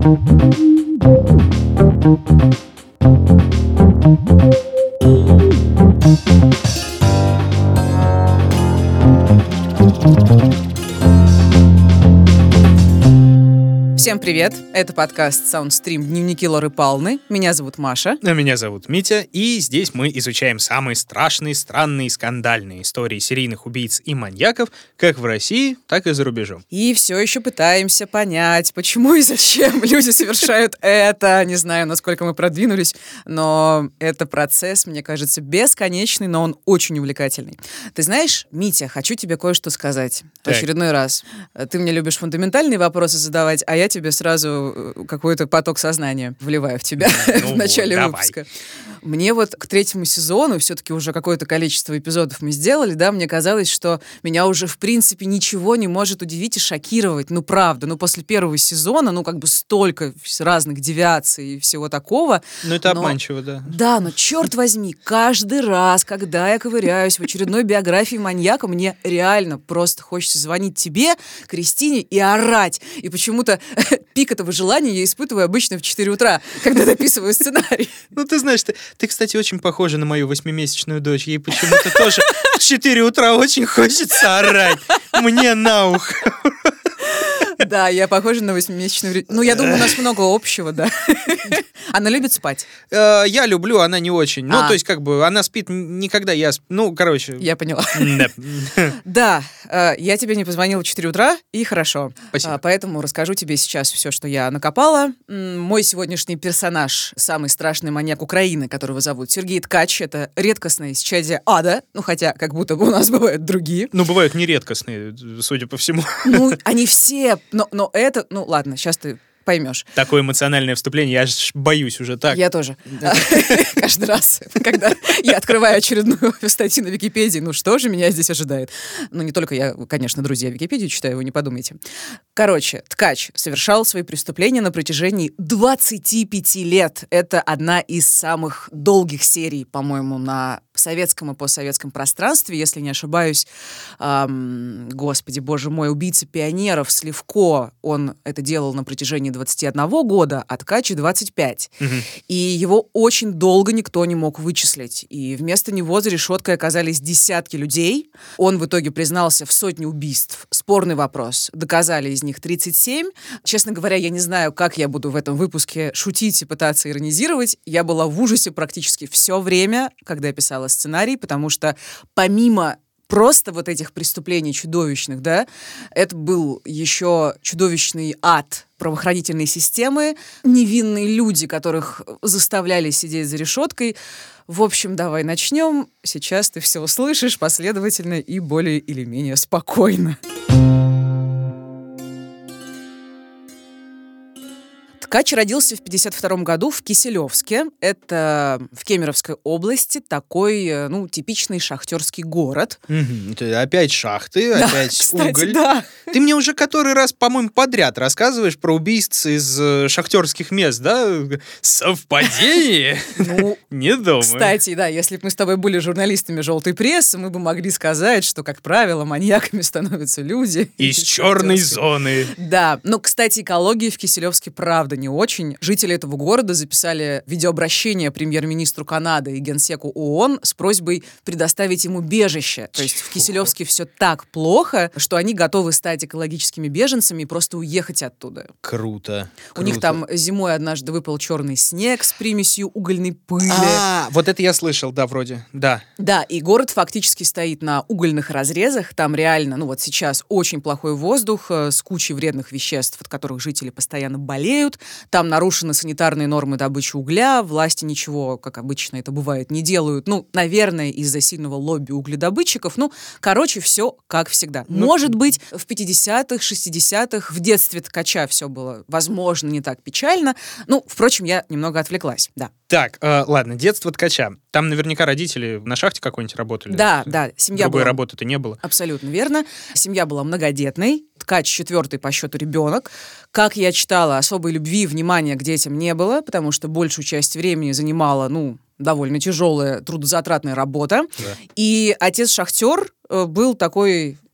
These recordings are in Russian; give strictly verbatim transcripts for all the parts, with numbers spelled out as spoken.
Всем привет! Это подкаст Soundstream «Дневники Лоры Палны». Меня зовут Маша. А меня зовут Митя, и здесь мы изучаем самые страшные, странные, скандальные истории серийных убийц и маньяков как в России, так и за рубежом. И все еще пытаемся понять, почему и зачем люди совершают это. Не знаю, насколько мы продвинулись, но это процесс, мне кажется, бесконечный, но он очень увлекательный. Ты знаешь, Митя, хочу тебе кое-что сказать Так. в очередной раз. Ты мне любишь фундаментальные вопросы задавать, а я тебе сразу какой-то поток сознания вливаю в тебя Ну в начале вот, выпуска. Мне вот к третьему сезону, все-таки уже какое-то количество эпизодов мы сделали, да, мне казалось, что меня уже, в принципе, ничего не может удивить и шокировать. Ну, правда, ну, после первого сезона, ну, как бы столько разных девиаций и всего такого. Ну, это но... обманчиво, да. Да, но, черт возьми, каждый раз, когда я ковыряюсь в очередной биографии маньяка, мне реально просто хочется звонить тебе, Кристине, и орать. И почему-то пик этого желания я испытываю обычно в четыре утра, когда дописываю сценарий. Ну, ты знаешь, ты, ты, кстати, очень похожа на мою восьмимесячную дочь. Ей почему-то тоже в четыре утра очень хочется орать мне на ухо. Да, я похожа на восьмимесячную... Ну, я думаю, у нас много общего, да. Она любит спать? Э, Я люблю, она не очень. Ну, А. то есть, как бы, она спит никогда, я... сп- Ну, короче... Я поняла. Да. Да, э, я тебе не позвонила в четыре утра, и хорошо. Спасибо. А, Поэтому расскажу тебе сейчас все, что я накопала. М, Мой сегодняшний персонаж — самый страшный маньяк Украины, которого зовут Сергей Ткач. Это редкостное исчадие ада. Ну, хотя, как будто бы у нас бывают другие. Ну, бывают нередкостные, судя по всему. Ну, они все... Но, но это... Ну, ладно, сейчас ты поймешь. Такое эмоциональное вступление, я аж боюсь уже так. Я тоже. Каждый раз, когда я открываю очередную статью на Википедии, ну что же меня здесь ожидает? Ну не только я, конечно, друзья, Википедию читаю, вы не подумайте. Короче, Ткач совершал свои преступления на протяжении двадцати пяти лет. Это одна из самых долгих серий, по-моему, на советском и постсоветском пространстве, если не ошибаюсь. Эм, господи, боже мой, убийца пионеров Сливко, он это делал на протяжении двадцати одного года, а Ткачи двадцать пять. Угу. И его очень долго никто не мог вычислить. И вместо него за решеткой оказались десятки людей. Он в итоге признался в сотне убийств. Спорный вопрос. Доказали из них тридцать семь. Честно говоря, я не знаю, как я буду в этом выпуске шутить и пытаться иронизировать. Я была в ужасе практически все время, когда я писала сценарий, потому что помимо просто вот этих преступлений чудовищных, да, это был еще чудовищный ад правоохранительной системы, невинные люди, которых заставляли сидеть за решеткой. В общем, давай начнем. Сейчас ты все услышишь последовательно и более или менее спокойно. Ткач родился в пятьдесят втором году в Киселевске. Это в Кемеровской области такой, ну, типичный шахтерский город. Угу. Это опять шахты, Да, опять кстати, уголь. да. Ты мне уже который раз, по-моему, подряд рассказываешь про убийств из э, шахтерских мест, да? Совпадение? Ну, Не думаю. кстати, да, если бы мы с тобой были журналистами желтой прессы, мы бы могли сказать, что, как правило, маньяками становятся люди. Из черной Киселевска. зоны. Да, но, кстати, экология в Киселевске правда не очень. Жители этого города записали видеообращение премьер-министру Канады и генсеку ООН с просьбой предоставить им убежище. То есть в Киселевске все так плохо, что они готовы стать экологическими беженцами и просто уехать оттуда. Круто. У них там зимой однажды выпал черный снег с примесью угольной пыли. А, вот это я слышал, да, вроде, да. Да, и город фактически стоит на угольных разрезах. Там реально, ну вот сейчас очень плохой воздух э, с кучей вредных веществ, от которых жители постоянно болеют. Там нарушены санитарные нормы добычи угля. Власти ничего, как обычно это бывает, не делают. Ну, наверное, из-за сильного лобби угледобытчиков. Ну, короче, все как всегда. Ну, Может быть, в пятидесятых, шестидесятых в детстве Ткача все было, возможно, не так печально. Ну, впрочем, я немного отвлеклась, да. Так, э, ладно, детство Ткача. Там наверняка родители на шахте какой-нибудь работали. Да, да, семья Другой была... работы-то не было. Абсолютно верно. Семья была многодетной. Ткач четвертый по счету ребенок. Как я читала, особой любви и внимания к детям не было, потому что большую часть времени занимала, ну, довольно тяжелая, трудозатратная работа. Да. И отец-шахтер э, был такой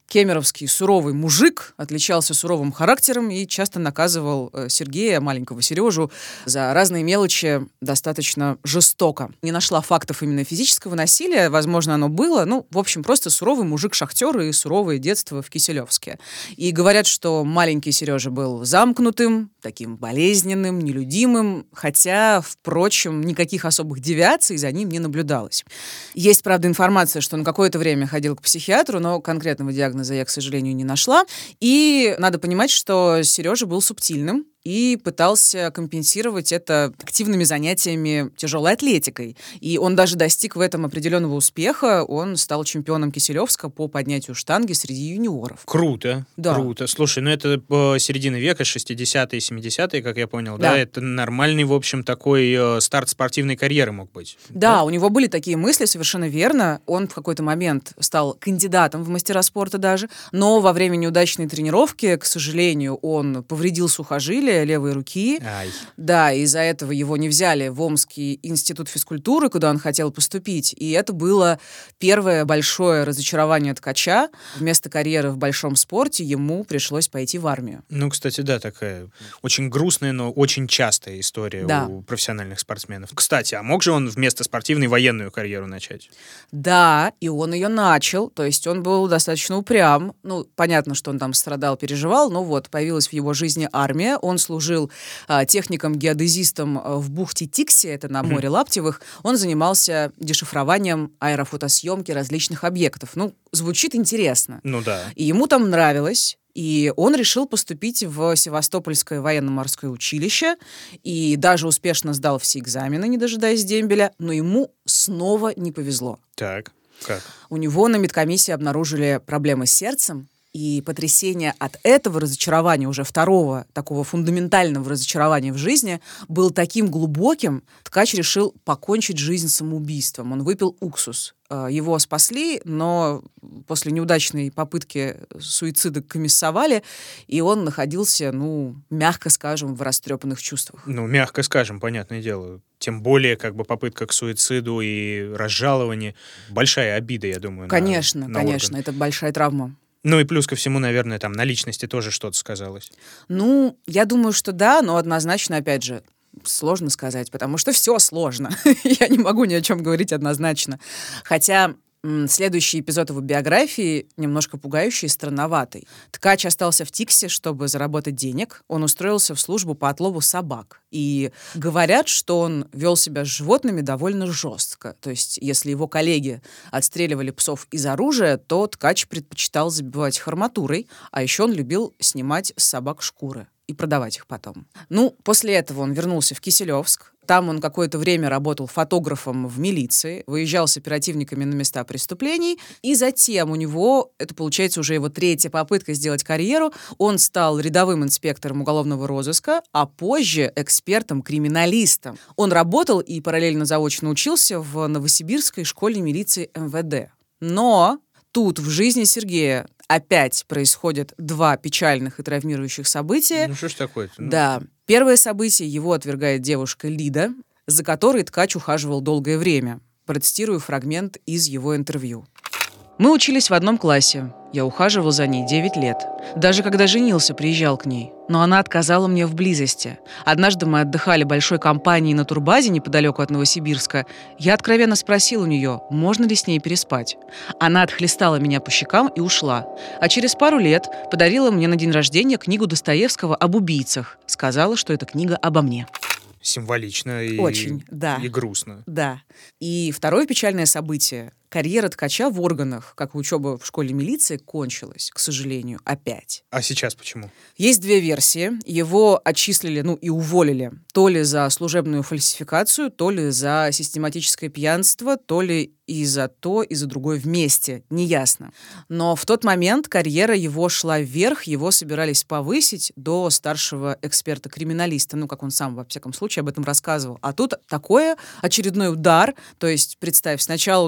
кемеровский суровый мужик, отличался суровым характером и часто наказывал Сергея, маленького Сережу, за разные мелочи достаточно жестоко. Не нашла фактов именно физического насилия, возможно, оно было. Ну, в общем, просто суровый мужик-шахтер и суровое детство в Киселевске. И говорят, что маленький Сережа был замкнутым, таким болезненным, нелюдимым, хотя, впрочем, никаких особых девиаций за ним не наблюдалось. Есть, правда, информация, что он какое-то время ходил к психиатру, но конкретного диагноза я, к сожалению, не нашла. И надо понимать, что Сережа был субтильным и пытался компенсировать это активными занятиями тяжелой атлетикой. И он даже достиг в этом определенного успеха. Он стал чемпионом Киселевска по поднятию штанги среди юниоров. Круто, да. круто. Слушай, ну это середина века, шестидесятые, семидесятые, как я понял, да? да? Это нормальный, в общем, такой э, старт спортивной карьеры мог быть. Да, да, у него были такие мысли, совершенно верно. Он в какой-то момент стал кандидатом в мастера спорта даже, но во время неудачной тренировки, к сожалению, он повредил сухожилие левой руки. Ай. Да, из-за этого его не взяли в Омский институт физкультуры, куда он хотел поступить. И это было первое большое разочарование ткача. Вместо карьеры в большом спорте ему пришлось пойти в армию. Ну, кстати, да, такая очень грустная, но очень частая история да. у профессиональных спортсменов. Кстати, а мог же он вместо спортивной военную карьеру начать? Да, и он ее начал. То есть он был достаточно упрям. Ну, понятно, что он там страдал, переживал, но вот появилась в его жизни армия. Он служил а, техником-геодезистом в бухте Тикси, это на море mm-hmm. Лаптевых. Он занимался дешифрованием аэрофотосъемки различных объектов. Ну, звучит интересно. Ну да. И ему там нравилось. И он решил поступить в Севастопольское военно-морское училище и даже успешно сдал все экзамены, не дожидаясь дембеля, но ему снова не повезло. Так, как? У него на медкомиссии обнаружили проблемы с сердцем, и потрясение от этого разочарования, уже второго такого фундаментального разочарования в жизни, был таким глубоким, ткач решил покончить жизнь самоубийством. Он выпил уксус. Его спасли, но после неудачной попытки суицида комиссовали, и он находился, ну, мягко скажем, в растрепанных чувствах. Ну, мягко скажем, понятное дело. Тем более, как бы, попытка к суициду и разжалование. Большая обида, я думаю, Конечно, на, на конечно, орган. это большая травма. Ну и плюс ко всему, наверное, там на личности тоже что-то сказалось. Ну, я думаю, что да, но однозначно, опять же, сложно сказать, потому что все сложно. Я не могу ни о чем говорить однозначно. Хотя м, следующий эпизод его биографии немножко пугающий и странноватый. Ткач остался в Тиксе, чтобы заработать денег. Он устроился в службу по отлову собак. И говорят, что он вел себя с животными довольно жестко. То есть, если его коллеги отстреливали псов из оружия, то ткач предпочитал забивать их арматурой, а еще он любил снимать с собак шкуры и продавать их потом. Ну, после этого он вернулся в Киселевск. Там он какое-то время работал фотографом в милиции, выезжал с оперативниками на места преступлений, и затем у него, это получается уже его третья попытка сделать карьеру, он стал рядовым инспектором уголовного розыска, а позже экспертом-криминалистом. Он работал и параллельно заочно учился в Новосибирской школе милиции эм вэ дэ. Но тут в жизни Сергея опять происходят два печальных и травмирующих события. Ну что ж такое-то? Ну... Да. Первое событие: его отвергает девушка Лида, за которой ткач ухаживал долгое время. Процитирую фрагмент из его интервью. «Мы учились в одном классе. Я ухаживал за ней девять лет. Даже когда женился, приезжал к ней. Но она отказала мне в близости. Однажды мы отдыхали большой компанией на турбазе неподалеку от Новосибирска. Я откровенно спросил у нее, можно ли с ней переспать. Она отхлестала меня по щекам и ушла. А через пару лет подарила мне на день рождения книгу Достоевского об убийцах. Сказала, что это книга обо мне». Символично и, Очень, да. и грустно. Да. И второе печальное событие. Карьера ткача в органах, как и учеба в школе милиции, кончилась, к сожалению, опять. А сейчас почему? Есть две версии. Его отчислили, ну и уволили, то ли за служебную фальсификацию, то ли за систематическое пьянство, то ли и за то, и за другое вместе. Неясно. Но в тот момент карьера его шла вверх, его собирались повысить до старшего эксперта-криминалиста, ну, как он сам, во всяком случае, об этом рассказывал. А тут такое, очередной удар, то есть, представь, сначала он отказывает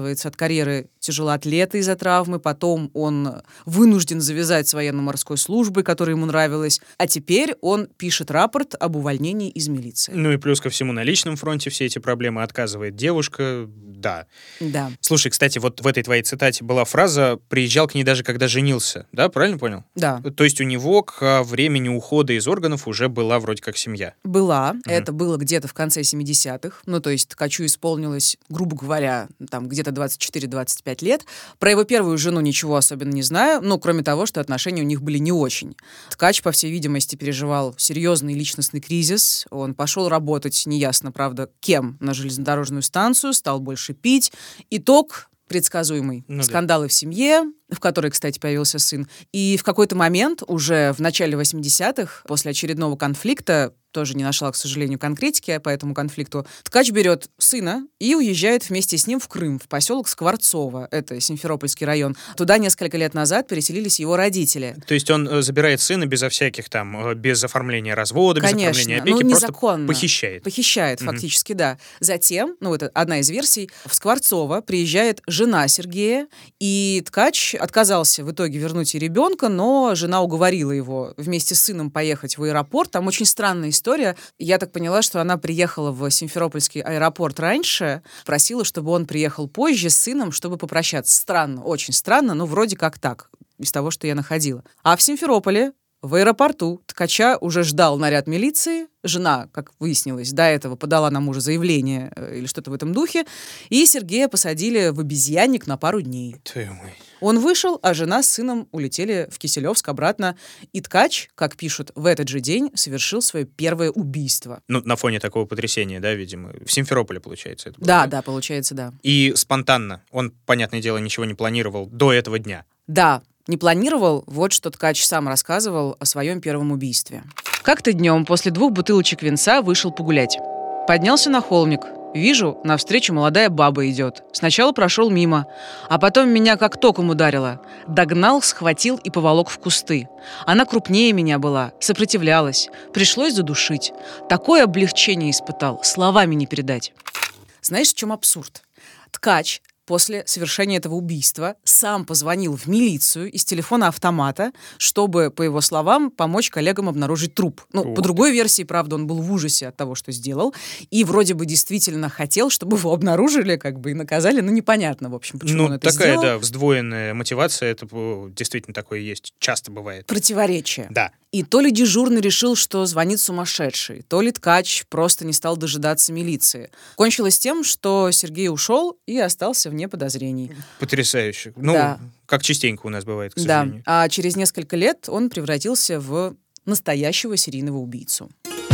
отказывается от карьеры тяжелоатлета из-за травмы, потом он вынужден завязать с военно-морской службой, которая ему нравилась, а теперь он пишет рапорт об увольнении из милиции. Ну и плюс ко всему на личном фронте все эти проблемы, отказывает девушка, да. Да. Слушай, кстати, вот в этой твоей цитате была фраза «приезжал к ней даже когда женился», да, правильно понял? Да. То есть у него к времени ухода из органов уже была вроде как семья. Была. Мгм. Это было где-то в конце семидесятых. Ну, то есть Ткачу исполнилось, грубо говоря, там где-то двадцать четыре - двадцать пять лет. Про его первую жену ничего особенно не знаю, ну, кроме того, что отношения у них были не очень. Ткач, по всей видимости, переживал серьезный личностный кризис. Он пошел работать, неясно, правда, кем, на железнодорожную станцию, стал больше пить. Итог предсказуемый. Ну да. Скандалы в семье, в которой, кстати, появился сын. И в какой-то момент, уже в начале восьмидесятых, после очередного конфликта, тоже не нашла, к сожалению, конкретики по этому конфликту, Ткач берет сына и уезжает вместе с ним в Крым, в поселок Скворцово, это Симферопольский район. Туда несколько лет назад переселились его родители. То есть он э, забирает сына безо всяких там, э, без оформления развода, без Конечно, оформления опеки, ну, просто незаконно. похищает. Похищает, Мгм. фактически, да. Затем, ну, это одна из версий, в Скворцово приезжает жена Сергея, и Ткач отказался в итоге вернуть ей ребенка, но жена уговорила его вместе с сыном поехать в аэропорт. Там очень странная история. Я так поняла, что она приехала в Симферопольский аэропорт раньше, просила, чтобы он приехал позже с сыном, чтобы попрощаться. Странно, очень странно, но вроде как так, из того, что я находила. А в Симферополе, в аэропорту, Ткача уже ждал наряд милиции. Жена, как выяснилось, до этого подала на мужа заявление э, или что-то в этом духе. И Сергея посадили в обезьянник на пару дней. Твою мать. Он вышел, а жена с сыном улетели в Киселевск обратно. И Ткач, как пишут, в этот же день совершил свое первое убийство. Ну, на фоне такого потрясения, да, видимо. В Симферополе, получается, это было, Да, да, получается, да. И спонтанно. Он, понятное дело, ничего не планировал до этого дня. Да, не планировал, вот что Ткач сам рассказывал о своем первом убийстве. Как-то днем после двух бутылочек винца вышел погулять. Поднялся на холмик. Вижу, навстречу молодая баба идет. Сначала прошел мимо, а потом меня как током ударило. Догнал, схватил и поволок в кусты. Она крупнее меня была, сопротивлялась. Пришлось задушить. Такое облегчение испытал, словами не передать. Знаешь, в чем абсурд? Ткач после совершения этого убийства сам позвонил в милицию из телефона автомата, чтобы, по его словам, помочь коллегам обнаружить труп. Ну, Ух по ты. другой версии, правда, он был в ужасе от того, что сделал, и вроде бы действительно хотел, чтобы его обнаружили, как бы, и наказали, но непонятно, в общем, почему Ну, он это такая, сделал. да, вздвоенная мотивация, это э, действительно такое есть, часто бывает. Противоречие. Да. И то ли дежурный решил, что звонит сумасшедший, то ли Ткач просто не стал дожидаться милиции. Кончилось тем, что Сергей ушел и остался вне подозрений. Потрясающе. Ну, Да. как частенько у нас бывает, к Да, сожалению. а через несколько лет он превратился в настоящего серийного убийцу.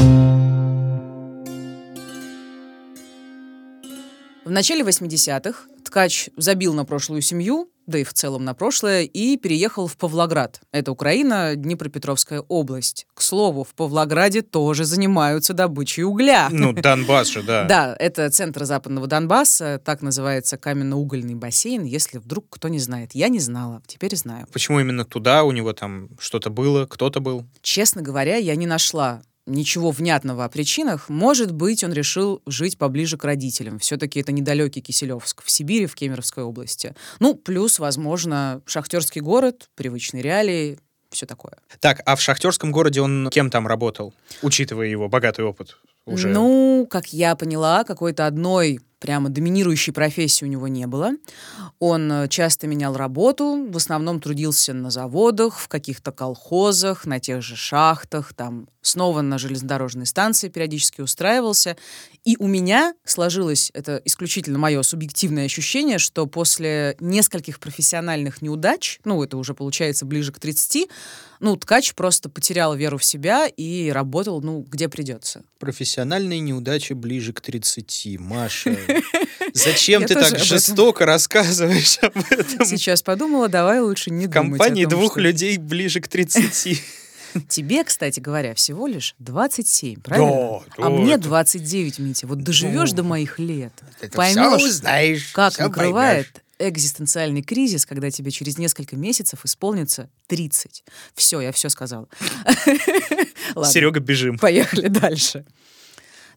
В начале восьмидесятых Ткач забил на прошлую семью, да и в целом на прошлое, и переехал в Павлоград. Это Украина, Днепропетровская область. К слову, в Павлограде тоже занимаются добычей угля. Ну, Донбасс же, да. Да, это центр западного Донбасса, так называется каменно-угольный бассейн, если вдруг кто не знает. Я не знала, теперь знаю. Почему именно туда? У него там что-то было, кто-то был? Честно говоря, я не нашла ничего внятного о причинах. Может быть, он решил жить поближе к родителям. Все-таки это недалекий Киселевск в Сибири, в Кемеровской области. Ну, плюс, возможно, шахтерский город, привычные реалии, все такое. Так, а в шахтерском городе он кем там работал, учитывая его богатый опыт уже? Ну, как я поняла, какой-то одной прямо доминирующей профессии у него не было. Он э, часто менял работу, в основном трудился на заводах, в каких-то колхозах, на тех же шахтах, там снова на железнодорожной станции периодически устраивался. И у меня сложилось, это исключительно мое субъективное ощущение, что после нескольких профессиональных неудач, ну, это уже получается ближе к тридцати, ну, Ткач просто потерял веру в себя и работал, ну, где придется. Профессиональные неудачи ближе к тридцати, Маша. Зачем Я ты тоже так об этом. жестоко рассказываешь об этом? Сейчас подумала, давай лучше не В думать компании о том, двух что- людей ближе к тридцати. Тебе, кстати говоря, всего лишь двадцать семь, правильно? Да, а да, мне это- двадцать девять, Митя. Вот доживешь Ну, до моих лет, Это поймешь, всё узнаешь, как всё накрывает поймешь. экзистенциальный кризис, когда тебе через несколько месяцев исполнится тридцать. Все, я все сказала. Ладно. Серега, бежим. Поехали дальше.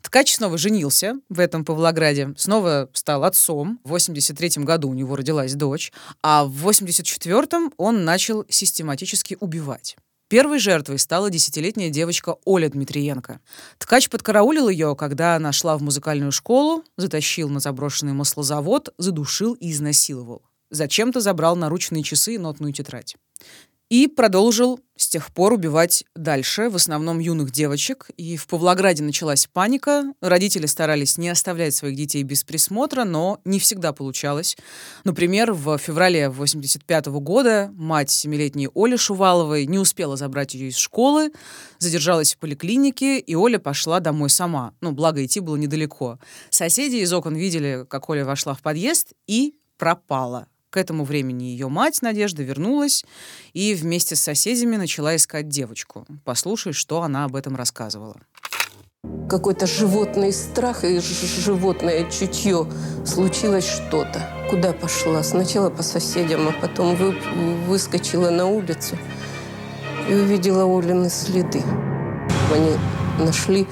Ткач снова женился в этом Павлограде, снова стал отцом. В восемьдесят третьем году у него родилась дочь, а в восемьдесят четвёртом он начал систематически убивать. Первой жертвой стала десятилетняя девочка Оля Дмитриенко. Ткач подкараулил ее, когда она шла в музыкальную школу, затащил на заброшенный маслозавод, задушил и изнасиловал. Зачем-то забрал наручные часы и нотную тетрадь. И продолжил с тех пор убивать дальше, в основном юных девочек. И в Павлограде началась паника. Родители старались не оставлять своих детей без присмотра, но не всегда получалось. Например, в феврале восемьдесят пятого года мать семилетней Оли Шуваловой не успела забрать ее из школы, задержалась в поликлинике, и Оля пошла домой сама. Ну, благо, идти было недалеко. Соседи из окон видели, как Оля вошла в подъезд и пропала. К этому времени ее мать, Надежда, вернулась и вместе с соседями начала искать девочку. Послушай, что она об этом рассказывала. Какой-то животный страх и животное чутье. Случилось что-то. Куда пошла? Сначала по соседям, а потом вы, выскочила на улицу и увидела Олины следы. Они нашли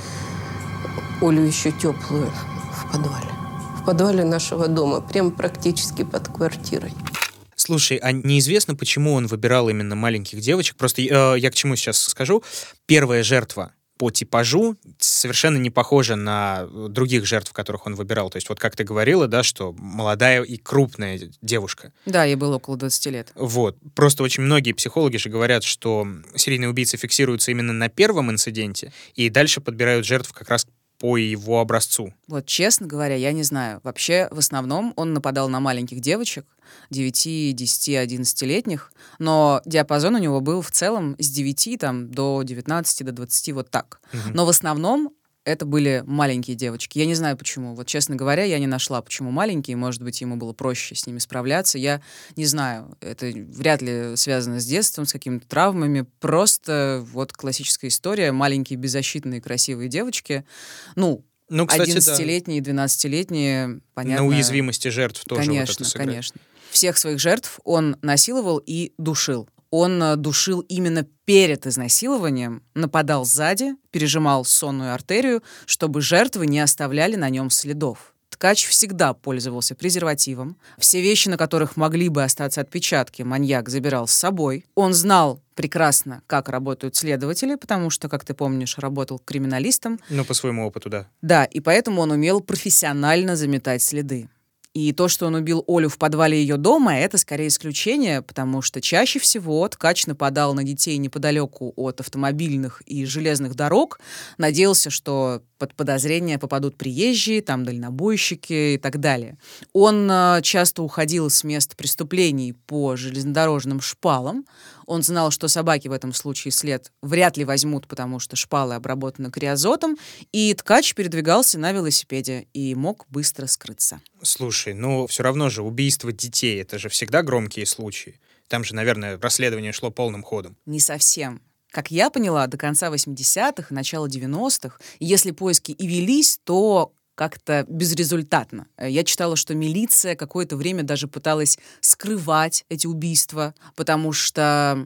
Олю еще теплую в подвале. В подвале нашего дома, прям практически под квартирой. Слушай, а неизвестно, почему он выбирал именно маленьких девочек? Просто э, я к чему сейчас скажу. Первая жертва по типажу совершенно не похожа на других жертв, которых он выбирал. То есть вот как ты говорила, да, что молодая и крупная девушка. Да, ей было около двадцати лет. Вот. Просто очень многие психологи же говорят, что серийные убийцы фиксируются именно на первом инциденте и дальше подбирают жертв как раз по его образцу. Вот, честно говоря, я не знаю. Вообще, в основном он нападал на маленьких девочек, девяти, десяти, одиннадцатилетних, но диапазон у него был в целом с девяти там, до девятнадцати, до двадцати, вот так. Угу. Но в основном это были маленькие девочки. Я не знаю, почему. Вот, честно говоря, я не нашла, почему маленькие. Может быть, ему было проще с ними справляться. Я не знаю. Это вряд ли связано с детством, с какими-то травмами. Просто вот классическая история. Маленькие, беззащитные, красивые девочки. Ну, ну кстати, одиннадцатилетние, да. двенадцатилетние, понятно. На уязвимости жертв тоже конечно, вот это сыграет. Конечно. Всех своих жертв он насиловал и душил. Он душил именно перед изнасилованием, нападал сзади, пережимал сонную артерию, чтобы жертвы не оставляли на нем следов. Ткач всегда пользовался презервативом. Все вещи, на которых могли бы остаться отпечатки, маньяк забирал с собой. Он знал прекрасно, как работают следователи, потому что, как ты помнишь, работал криминалистом. Ну, по своему опыту, да. Да, и поэтому он умел профессионально заметать следы. И то, что он убил Олю в подвале ее дома, это скорее исключение, потому что чаще всего Ткач нападал на детей неподалеку от автомобильных и железных дорог, надеялся, что под подозрение попадут приезжие, там дальнобойщики и так далее. Он э, часто уходил с мест преступлений по железнодорожным шпалам. Он знал, что собаки в этом случае след вряд ли возьмут, потому что шпалы обработаны криозотом, и Ткач передвигался на велосипеде и мог быстро скрыться. Слушай, ну все равно же убийство детей — это же всегда громкие случаи. Там же, наверное, расследование шло полным ходом. Не совсем. Как я поняла, до конца восьмидесятых и начала девяностых, если поиски и велись, то как-то безрезультатно. Я читала, что милиция какое-то время даже пыталась скрывать эти убийства, потому что...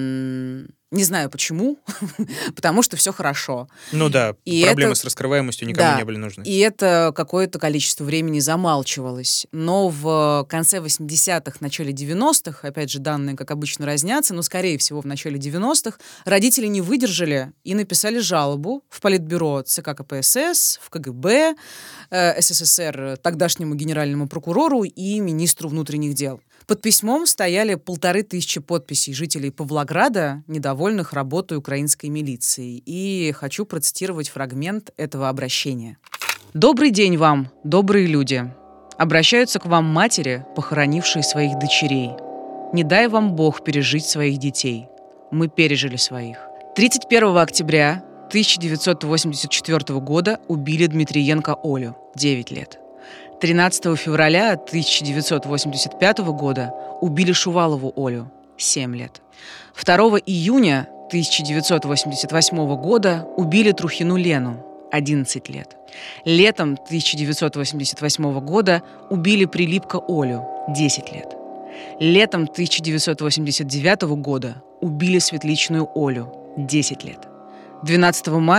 М- Не знаю почему, потому что все хорошо. Ну да, и проблемы это... с раскрываемостью никому да, не были нужны. И это какое-то количество времени замалчивалось. Но в конце восьмидесятых, начале девяностых, опять же, данные, как обычно, разнятся, но, скорее всего, в начале девяностых, родители не выдержали и написали жалобу в Политбюро ЦК КПСС, в КГБ э, СССР, тогдашнему генеральному прокурору и министру внутренних дел. Под письмом стояли полторы тысячи подписей жителей Павлограда, недовольных работой украинской милиции. И хочу процитировать фрагмент этого обращения. «Добрый день вам, добрые люди. Обращаются к вам матери, похоронившие своих дочерей. Не дай вам Бог пережить своих детей. Мы пережили своих. тридцать первого октября тысяча девятьсот восемьдесят четвёртого года убили Дмитриенко Олю, девять лет. тринадцатого февраля тысяча девятьсот восемьдесят пятого года убили Шувалову Олю, семь лет. второго июня тысяча девятьсот восемьдесят восьмого года убили Трухину Лену, одиннадцать лет. Летом тысяча девятьсот восемьдесят восьмого года убили Прилипко Олю, десять лет. Летом тысяча девятьсот восемьдесят девятого года убили Светличную Олю, десять лет. двенадцатого мая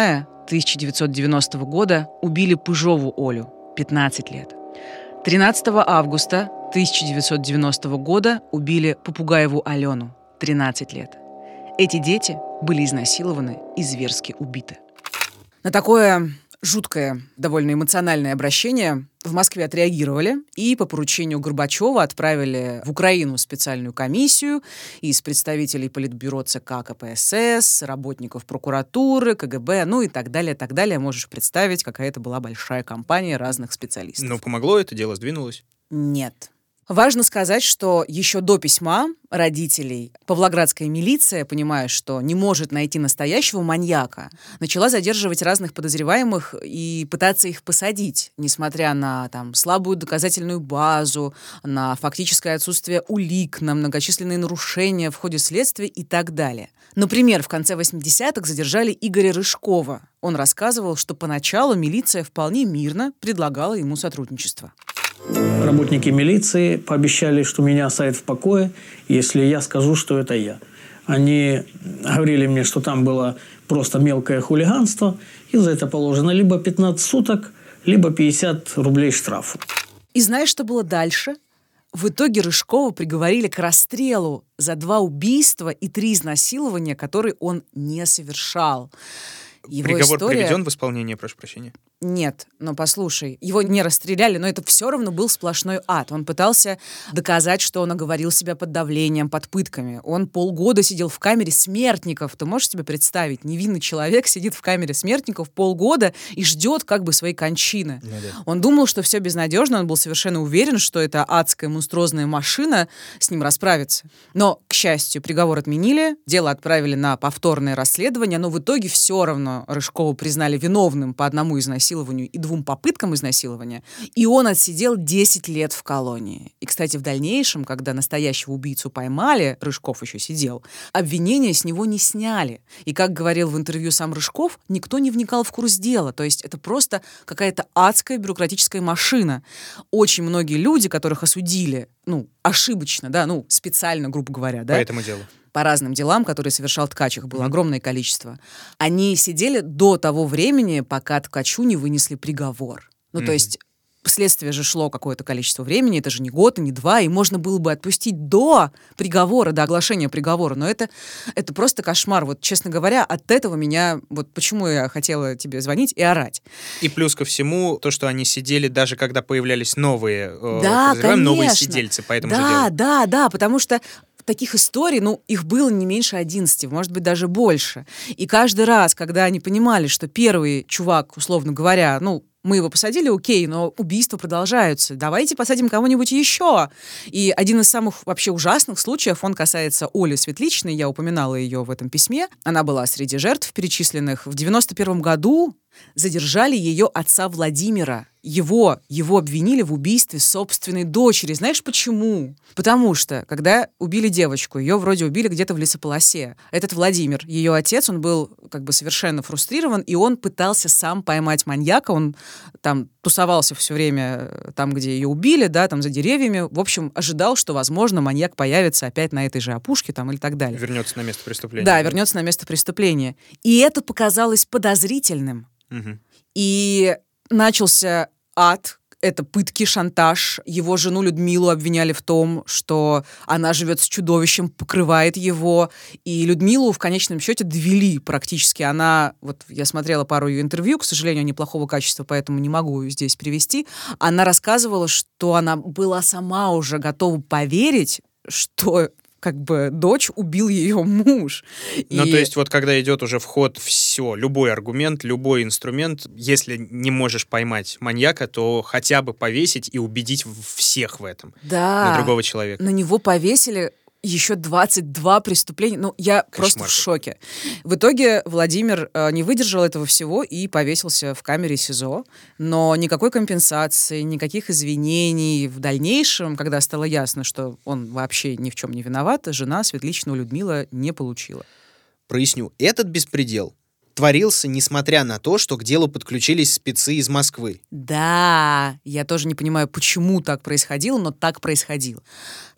тысяча девятьсот девяностого года убили Пыжову Олю, пятнадцать лет. тринадцатого августа тысяча девятьсот девяностого года убили Попугаеву Алену, тринадцать лет. Эти дети были изнасилованы и зверски убиты. На такое жуткое, довольно эмоциональное обращение в Москве отреагировали и по поручению Горбачева отправили в Украину специальную комиссию из представителей Политбюро ЦК КПСС, работников прокуратуры, КГБ, ну и так далее, так далее. Можешь представить, какая это была большая компания разных специалистов. Ну, помогло это дело, сдвинулось? Нет. Важно сказать, что еще до письма родителей павлоградская милиция, понимая, что не может найти настоящего маньяка, начала задерживать разных подозреваемых и пытаться их посадить, несмотря на там, слабую доказательную базу, на фактическое отсутствие улик, на многочисленные нарушения в ходе следствия и так далее. Например, в конце восьмидесятых задержали Игоря Рыжкова. Он рассказывал, что поначалу милиция вполне мирно предлагала ему сотрудничество. Работники милиции пообещали, что меня оставят в покое, если я скажу, что это я. Они говорили мне, что там было просто мелкое хулиганство, и за это положено либо пятнадцать суток, либо пятьдесят рублей штрафу. И знаешь, что было дальше? В итоге Рыжкова приговорили к расстрелу за два убийства и три изнасилования, которые он не совершал. Его Приговор история... приведен в исполнение, прошу прощения? Нет, но послушай, его не расстреляли, но это все равно был сплошной ад. Он пытался доказать, что он оговорил себя под давлением, под пытками. Он полгода сидел в камере смертников. Ты можешь себе представить? Невинный человек сидит в камере смертников полгода и ждет как бы своей кончины. Ну, да. Он думал, что все безнадежно, он был совершенно уверен, что эта адская монструозная машина с ним расправится. Но, к счастью, приговор отменили, дело отправили на повторное расследование, но в итоге все равно Рыжкова признали виновным по одному изнасилованию и двум попыткам изнасилования, и он отсидел десять лет в колонии. И, кстати, в дальнейшем, когда настоящего убийцу поймали, Рыжков еще сидел, обвинения с него не сняли. И, как говорил в интервью сам Рыжков, никто не вникал в курс дела. То есть это просто какая-то адская бюрократическая машина. Очень многие люди, которых осудили, ну, ошибочно, да, ну, специально, грубо говоря, да. По этому делу. По разным делам, которые совершал Ткач, их было mm-hmm. огромное количество, они сидели до того времени, пока Ткачу не вынесли приговор. Ну, mm-hmm. то есть следствие же шло какое-то количество времени, это же не год и не два, и можно было бы отпустить до приговора, до оглашения приговора, но это, это просто кошмар. Вот, честно говоря, от этого меня, вот почему я хотела тебе звонить и орать. И плюс ко всему, то, что они сидели, даже когда появлялись новые, да, э, новые сидельцы по этому да, же делу. Да, да, да, потому что таких историй, ну, их было не меньше одиннадцати, может быть, даже больше. И каждый раз, когда они понимали, что первый чувак, условно говоря, ну, мы его посадили, окей, но убийства продолжаются. Давайте посадим кого-нибудь еще. И один из самых вообще ужасных случаев, он касается Оли Светличной, я упоминала ее в этом письме. Она была среди жертв перечисленных. В девяносто первом году задержали ее отца Владимира. Его, его обвинили в убийстве собственной дочери. Знаешь почему? Потому что, когда убили девочку, ее вроде убили где-то в лесополосе. Этот Владимир, ее отец, он был как бы совершенно фрустрирован, и он пытался сам поймать маньяка. Он там тусовался все время там, где ее убили, да, там за деревьями. В общем, ожидал, что, возможно, маньяк появится опять на этой же опушке там или так далее. Вернется на место преступления. Да, вернется на место преступления. И это показалось подозрительным. Угу. И начался ад, это пытки, шантаж. Его жену Людмилу обвиняли в том, что она живет с чудовищем, покрывает его. И Людмилу в конечном счете довели практически. Она, вот я смотрела пару ее интервью, к сожалению, они плохого качества, поэтому не могу здесь привести. Она рассказывала, что она была сама уже готова поверить, что как бы дочь убил ее муж. Ну, и... то есть вот когда идет уже в ход все, любой аргумент, любой инструмент, если не можешь поймать маньяка, то хотя бы повесить и убедить всех в этом. Да. На другого человека. На него повесили еще двадцать два преступления. Ну, я Кошмар. Просто в шоке. В итоге Владимир э, не выдержал этого всего и повесился в камере СИЗО. Но никакой компенсации, никаких извинений в дальнейшем, когда стало ясно, что он вообще ни в чем не виноват, жена Светличного Людмила не получила. Проясню. Этот беспредел творился, несмотря на то, что к делу подключились спецы из Москвы. Да, я тоже не понимаю, почему так происходило, но так происходило.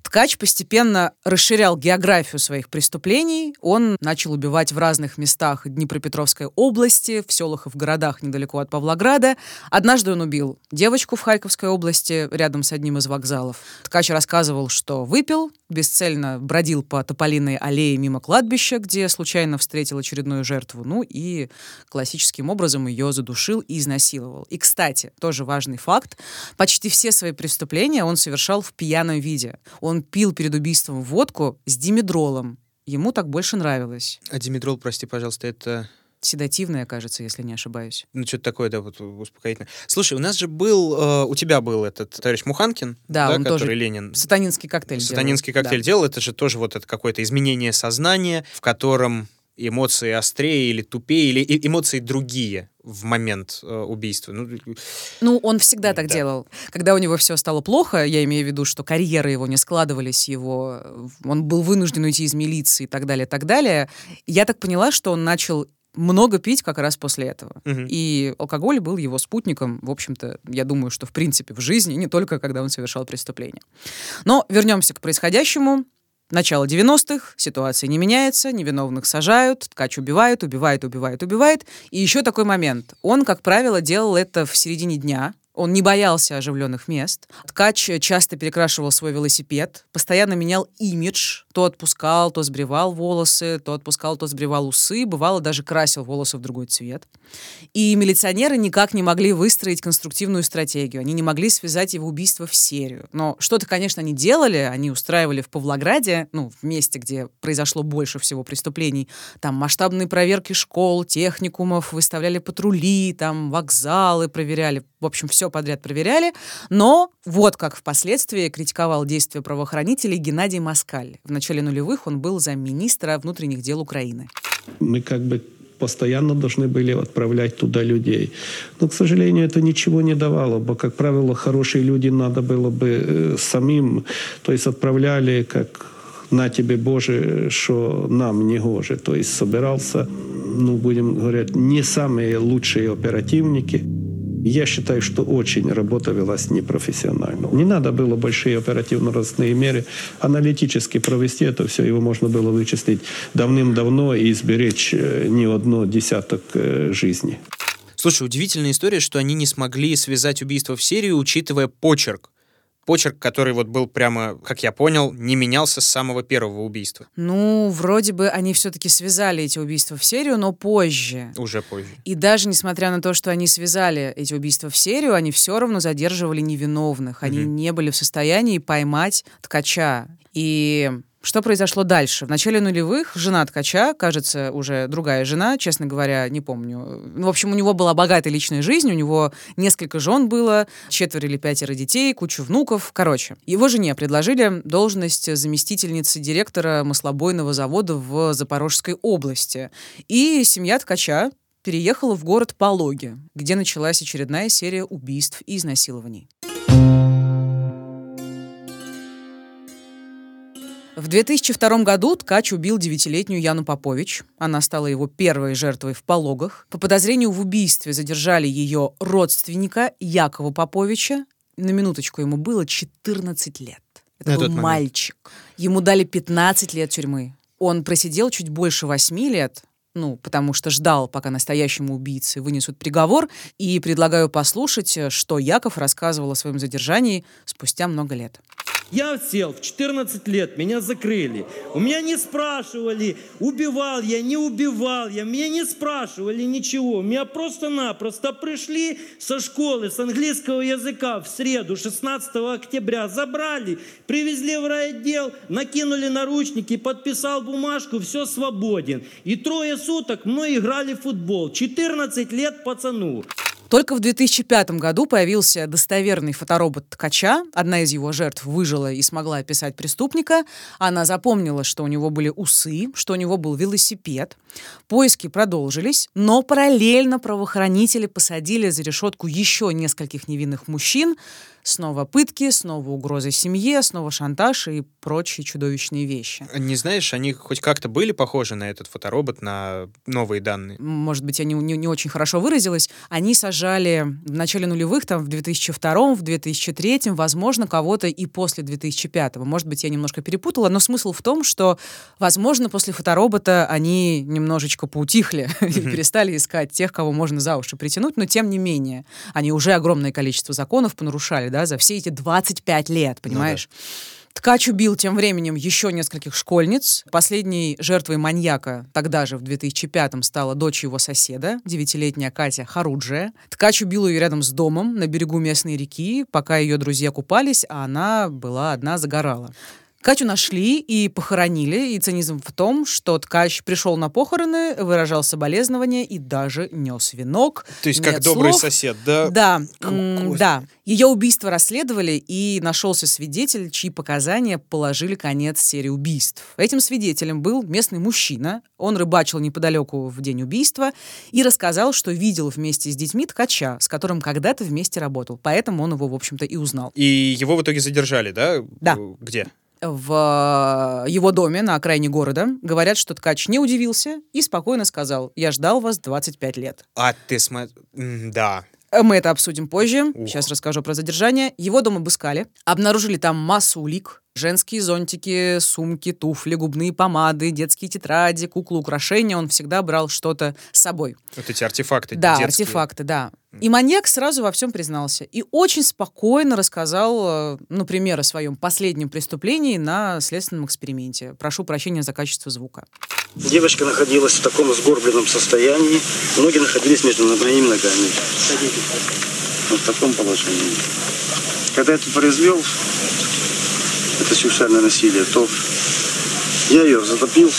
Ткач постепенно расширял географию своих преступлений. Он начал убивать в разных местах Днепропетровской области, в селах и в городах недалеко от Павлограда. Однажды он убил девочку в Харьковской области, рядом с одним из вокзалов. Ткач рассказывал, что выпил, бесцельно бродил по Тополиной аллее мимо кладбища, где случайно встретил очередную жертву, ну и классическим образом ее задушил и изнасиловал. И, кстати, тоже важный факт, почти все свои преступления он совершал в пьяном виде. Он пил перед убийством водку с димедролом. Ему так больше нравилось. А димедрол, прости, пожалуйста, это... Седативное, кажется, если не ошибаюсь. Ну, что-то такое, да, вот успокоительное. Слушай, у нас же был, э, у тебя был этот товарищ Муханкин, да, да, он который тоже Ленин... Сатанинский коктейль Сатанинский делал. коктейль да. делал, это же тоже вот это какое-то изменение сознания, в котором эмоции острее или тупее, или эмоции другие в момент э, убийства. Ну, ну, он всегда так да. делал. Когда у него все стало плохо, я имею в виду, что карьеры его не складывались, его, он был вынужден уйти из милиции и так далее, так далее, я так поняла, что он начал много пить как раз после этого. Угу. И алкоголь был его спутником, в общем-то, я думаю, что в принципе в жизни, не только когда он совершал преступление. Но вернемся к происходящему. Начало девяностых, ситуация не меняется, невиновных сажают, Ткач убивает, убивает, убивает, убивает. И еще такой момент. Он, как правило, делал это в середине дня. Он не боялся оживленных мест. Ткач часто перекрашивал свой велосипед, постоянно менял имидж. То отпускал, то сбривал волосы, то отпускал, то сбривал усы. Бывало, даже красил волосы в другой цвет. И милиционеры никак не могли выстроить конструктивную стратегию. Они не могли связать его убийство в серию. Но что-то, конечно, они делали. Они устраивали в Павлограде, ну, в месте, где произошло больше всего преступлений, там масштабные проверки школ, техникумов, выставляли патрули, там вокзалы проверяли. В общем, все подряд проверяли. Но вот как впоследствии критиковал действия правоохранителей Геннадий Москаль. В начале нулевых он был замминистра внутренних дел Украины. Мы как бы постоянно должны были отправлять туда людей. Но, к сожалению, это ничего не давало бы. Как правило, хорошие люди надо было бы э, самим, то есть отправляли как «на тебе, Боже, что нам не гоже». То есть собирался, ну, будем говорить, не самые лучшие оперативники. Я считаю, что очень работа велась непрофессионально. Не надо было большие оперативно-розыскные меры аналитически провести это все. Его можно было вычислить давным-давно и изберечь не одно десяток жизней. Слушай, удивительная история, что они не смогли связать убийство в серию, учитывая почерк. Почерк, который вот был прямо, как я понял, не менялся с самого первого убийства. Ну, вроде бы они все-таки связали эти убийства в серию, но позже. Уже позже. И даже несмотря на то, что они связали эти убийства в серию, они все равно задерживали невиновных. Они угу. не были в состоянии поймать Ткача. И что произошло дальше? В начале нулевых жена Ткача, кажется, уже другая жена, честно говоря, не помню. В общем, у него была богатая личная жизнь, у него несколько жен было, четверо или пятеро детей, кучу внуков. Короче, его жене предложили должность заместительницы директора маслобойного завода в Запорожской области. И семья Ткача переехала в город Пологи, где началась очередная серия убийств и изнасилований. В две тысячи втором году Ткач убил девятилетнюю Яну Попович. Она стала его первой жертвой в Пологах. По подозрению в убийстве задержали ее родственника Якова Поповича. На минуточку, ему было четырнадцать лет. Это На был мальчик. Ему дали пятнадцать лет тюрьмы. Он просидел чуть больше восьми лет, ну, потому что ждал, пока настоящему убийце вынесут приговор. И предлагаю послушать, что Яков рассказывал о своем задержании спустя много лет. Я сел в четырнадцать лет, меня закрыли. У меня не спрашивали, убивал я, не убивал я. Меня не спрашивали ничего. Меня просто-напросто пришли со школы, с английского языка в среду, шестнадцатого октября. Забрали, привезли в райотдел, накинули наручники, подписал бумажку, все, свободен. И трое суток мы играли в футбол. четырнадцать лет пацану. Только в две тысячи пятом году появился достоверный фоторобот Ткача. Одна из его жертв выжила и смогла описать преступника. Она запомнила, что у него были усы, что у него был велосипед. Поиски продолжились, но параллельно правоохранители посадили за решетку еще нескольких невинных мужчин. Снова пытки, снова угрозы семье, снова шантаж и прочие чудовищные вещи. Не знаешь, они хоть как-то были похожи на этот фоторобот, на новые данные? Может быть, я не, не, не очень хорошо выразилась. Они сажали задержали в начале нулевых, там, в две тысячи втором, в две тысячи третьем, возможно, кого-то и после две тысячи пятого. Может быть, я немножко перепутала, но смысл в том, что, возможно, после фоторобота они немножечко поутихли и перестали искать тех, кого можно за уши притянуть, но тем не менее, они уже огромное количество законов понарушали, да, за все эти двадцать пять лет, понимаешь? Ну, да. Ткач убил тем временем еще нескольких школьниц. Последней жертвой маньяка тогда же, в две тысячи пятом, стала дочь его соседа, девятилетняя Катя Харуджия. Ткач убил ее рядом с домом на берегу местной реки, пока ее друзья купались, а она была одна, загорала. Катю нашли и похоронили, и цинизм в том, что Ткач пришел на похороны, выражал соболезнования и даже нес венок. То есть Нет как добрый слов. сосед, да? Да, м- да. Ее убийство расследовали, и нашелся свидетель, чьи показания положили конец серии убийств. Этим свидетелем был местный мужчина. Он рыбачил неподалеку в день убийства и рассказал, что видел вместе с детьми Ткача, с которым когда-то вместе работал. Поэтому он его, в общем-то, и узнал. И его в итоге задержали, да? Да. Где? В его доме на окраине города. Говорят, что Ткач не удивился и спокойно сказал: «Я ждал вас двадцать пять лет». А ты смотри... Да. Мы это обсудим позже. Ух. Сейчас расскажу про задержание. Его дом обыскали. Обнаружили там массу улик. Женские зонтики, сумки, туфли, губные помады, детские тетради, куклы, украшения. Он всегда брал что-то с собой. Вот эти артефакты Да, детские. артефакты, да. И маньяк сразу во всем признался. И очень спокойно рассказал, например, о своем последнем преступлении на следственном эксперименте. Прошу прощения за качество звука. Девочка находилась в таком сгорбленном состоянии. Ноги находились между моими ногами. Вот в таком положении. Когда я это произвел, это сексуальное насилие, то я ее затопил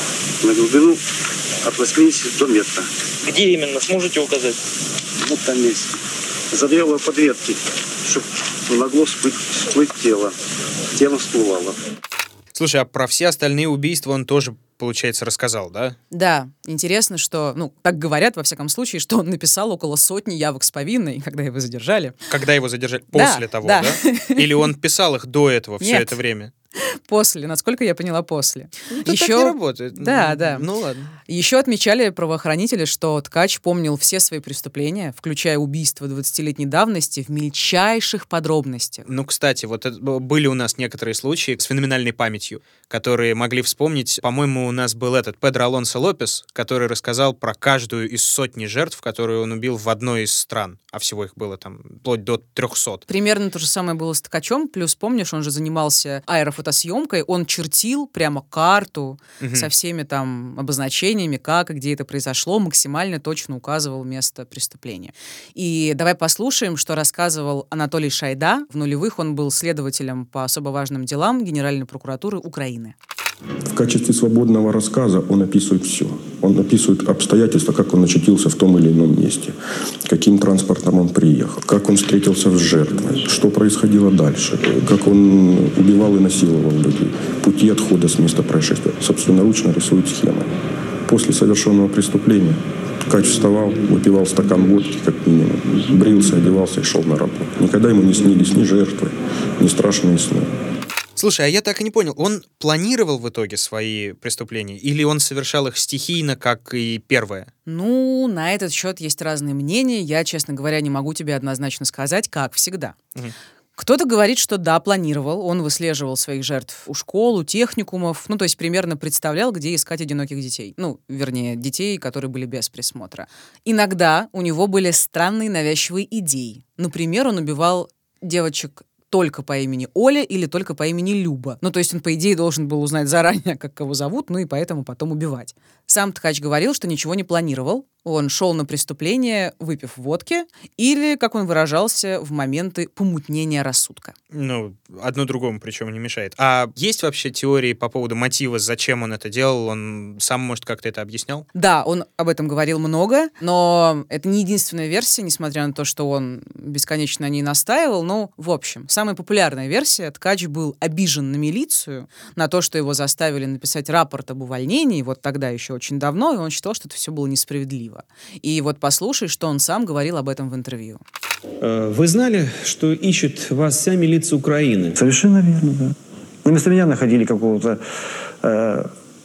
на глубину от восьмидесяти до метра. Где именно? Сможете указать? Вот там месте. Задвел ее под ветки, чтобы не могло всплыть, всплыть тело. Тело всплывало. Слушай, а про все остальные убийства он тоже, получается, рассказал, да? Да, интересно, что, ну, так говорят, во всяком случае, что он написал около сотни явок с повинной, когда его задержали. Когда его задержали? После Да, того, да? да? Или он писал их до этого, все Нет. это время? После, насколько я поняла, после. Ну, это Еще... так не работает. Да, да. Ну, ладно. Еще отмечали правоохранители, что Ткач помнил все свои преступления, включая убийство двадцатилетней давности, в мельчайших подробностях. Ну, кстати, вот это, были у нас некоторые случаи с феноменальной памятью, которые могли вспомнить. По-моему, у нас был этот Педро Алонсо Лопес, который рассказал про каждую из сотни жертв, которые он убил в одной из стран. А всего их было там вплоть до трехсот. Примерно то же самое было с Ткачом. Плюс, помнишь, он же занимался аэрофотосъемкой. Он чертил прямо карту Мгм. со всеми там обозначениями, как и где это произошло, максимально точно указывал место преступления. И давай послушаем, что рассказывал Анатолий Шайда. В нулевых он был следователем по особо важным делам Генеральной прокуратуры Украины. В качестве свободного рассказа он описывает все. Он описывает обстоятельства, как он очутился в том или ином месте, каким транспортом он приехал, как он встретился с жертвой, что происходило дальше, как он убивал и насиловал людей, пути отхода с места происшествия. Собственноручно рисует схемы. После совершенного преступления Ткач вставал, выпивал стакан водки, как минимум, брился, одевался и шел на работу. Никогда ему не снились ни жертвы, ни страшные сны. Слушай, а я так и не понял, он планировал в итоге свои преступления или он совершал их стихийно, как и первое? Ну, на этот счет есть разные мнения. Я, честно говоря, не могу тебе однозначно сказать, как всегда. Мгм. Кто-то говорит, что да, планировал. Он выслеживал своих жертв у школ, у техникумов. Ну, то есть примерно представлял, где искать одиноких детей. Ну, вернее, детей, которые были без присмотра. Иногда у него были странные навязчивые идеи. Например, он убивал девочек только по имени Оля или только по имени Люба. Ну, то есть он, по идее, должен был узнать заранее, как кого зовут, ну и поэтому потом убивать. Сам Ткач говорил, что ничего не планировал. Он шел на преступление, выпив водки, или, как он выражался, в моменты помутнения рассудка. Ну, одно другому причем не мешает. А есть вообще теории по поводу мотива, зачем он это делал? Он сам, может, как-то это объяснял? Да, он об этом говорил много, но это не единственная версия, несмотря на то, что он бесконечно на ней настаивал. Но, в общем, самая популярная версия: Ткач был обижен на милицию, на то, что его заставили написать рапорт об увольнении, вот тогда еще очень давно, и он считал, что это все было несправедливо. И вот послушай, что он сам говорил об этом в интервью. Вы знали, что ищет вас вся милиция Украины? Совершенно верно, да. На вместо меня находили какого-то э,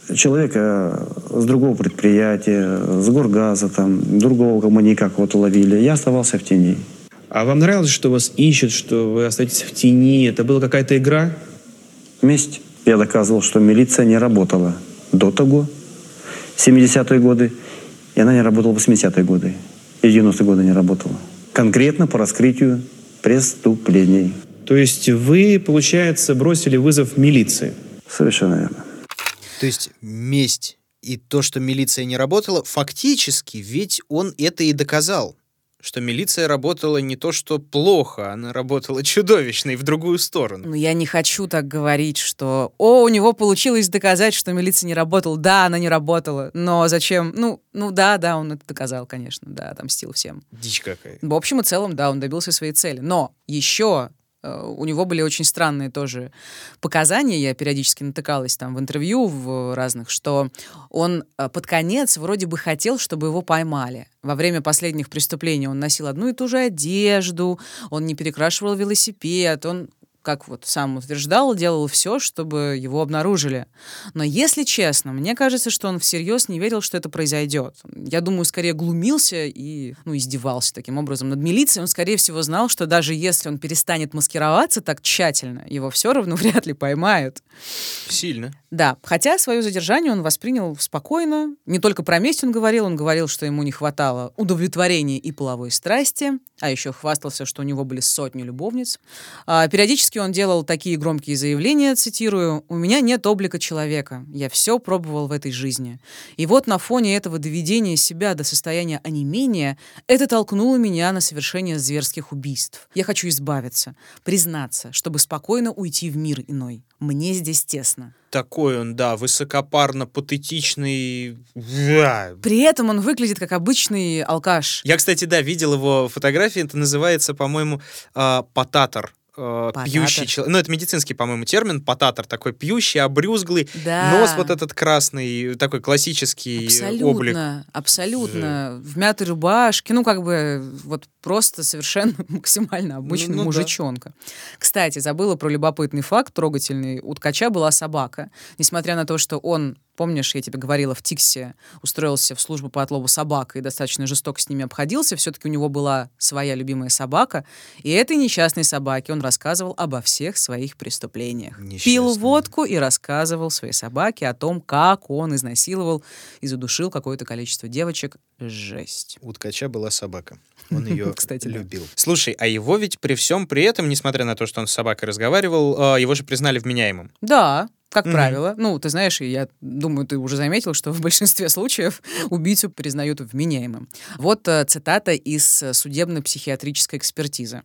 человека с другого предприятия, с горгаза, там, другого коммуника вот уловили. Я оставался в тени. А вам нравилось, что вас ищут, что вы остаетесь в тени? Это была какая-то игра? Месть. Я доказывал, что милиция не работала до того, семидесятые годы, и она не работала в восьмидесятые годы. И в девяностые годы не работала. Конкретно по раскрытию преступлений. То есть вы, получается, бросили вызов милиции? Совершенно верно. То есть месть и то, что милиция не работала, фактически ведь он это и доказал. Что милиция работала не то, что плохо, она работала чудовищно и в другую сторону. Ну, я не хочу так говорить, что «О, у него получилось доказать, что милиция не работала». Да, она не работала, но зачем? Ну, ну да, да, он это доказал, конечно, да, отомстил всем. Дичь какая. В общем и целом, да, он добился своей цели. Но еще... У него были очень странные тоже показания, я периодически натыкалась там в интервью в разных, что он под конец вроде бы хотел, чтобы его поймали. Во время последних преступлений он носил одну и ту же одежду, он не перекрашивал велосипед, он, как вот сам утверждал, делал все, чтобы его обнаружили. Но, если честно, мне кажется, что он всерьез не верил, что это произойдет. Я думаю, скорее глумился и ну, издевался таким образом над милицией. Он, скорее всего, знал, что даже если он перестанет маскироваться так тщательно, его все равно вряд ли поймают. Сильно. Да, хотя свое задержание он воспринял спокойно. Не только про месть он говорил, он говорил, что ему не хватало удовлетворения и половой страсти, а еще хвастался, что у него были сотни любовниц. А, периодически он делал такие громкие заявления, цитирую: «У меня нет облика человека, я все пробовал в этой жизни. И вот на фоне этого доведения себя до состояния онемения это толкнуло меня на совершение зверских убийств. Я хочу избавиться, признаться, чтобы спокойно уйти в мир иной. Мне здесь тесно». Такой он, да, высокопарно-патетичный. Да. При этом он выглядит как обычный алкаш. Я, кстати, да, видел его фотографии. Это называется, по-моему, э, потатор. Э, пьющий человек. Ну, это медицинский, по-моему, термин. Потатор. Такой пьющий, обрюзглый. Да. Нос вот этот красный, такой классический абсолютно, облик. Абсолютно. В мятой рубашке. Ну, как бы, вот просто совершенно максимально обычный ну, ну, мужичонка. Да. Кстати, забыла про любопытный факт, трогательный. У ткача была собака. Несмотря на то, что он, помнишь, я тебе говорила, в Тиксе устроился в службу по отлову собак и достаточно жестоко с ними обходился, все-таки у него была своя любимая собака, и этой несчастной собаке он рассказывал обо всех своих преступлениях. Несчастный. Пил водку и рассказывал своей собаке о том, как он изнасиловал и задушил какое-то количество девочек. Жесть. У ткача была собака. Он ее Кстати, любил. Да. Слушай, а его ведь при всем при этом, несмотря на то, что он с собакой разговаривал, его же признали вменяемым. Да. Как mm-hmm. правило. Ну, ты знаешь, я думаю, ты уже заметил, что в большинстве случаев убийцу признают вменяемым. Вот э, цитата из судебно-психиатрической экспертизы.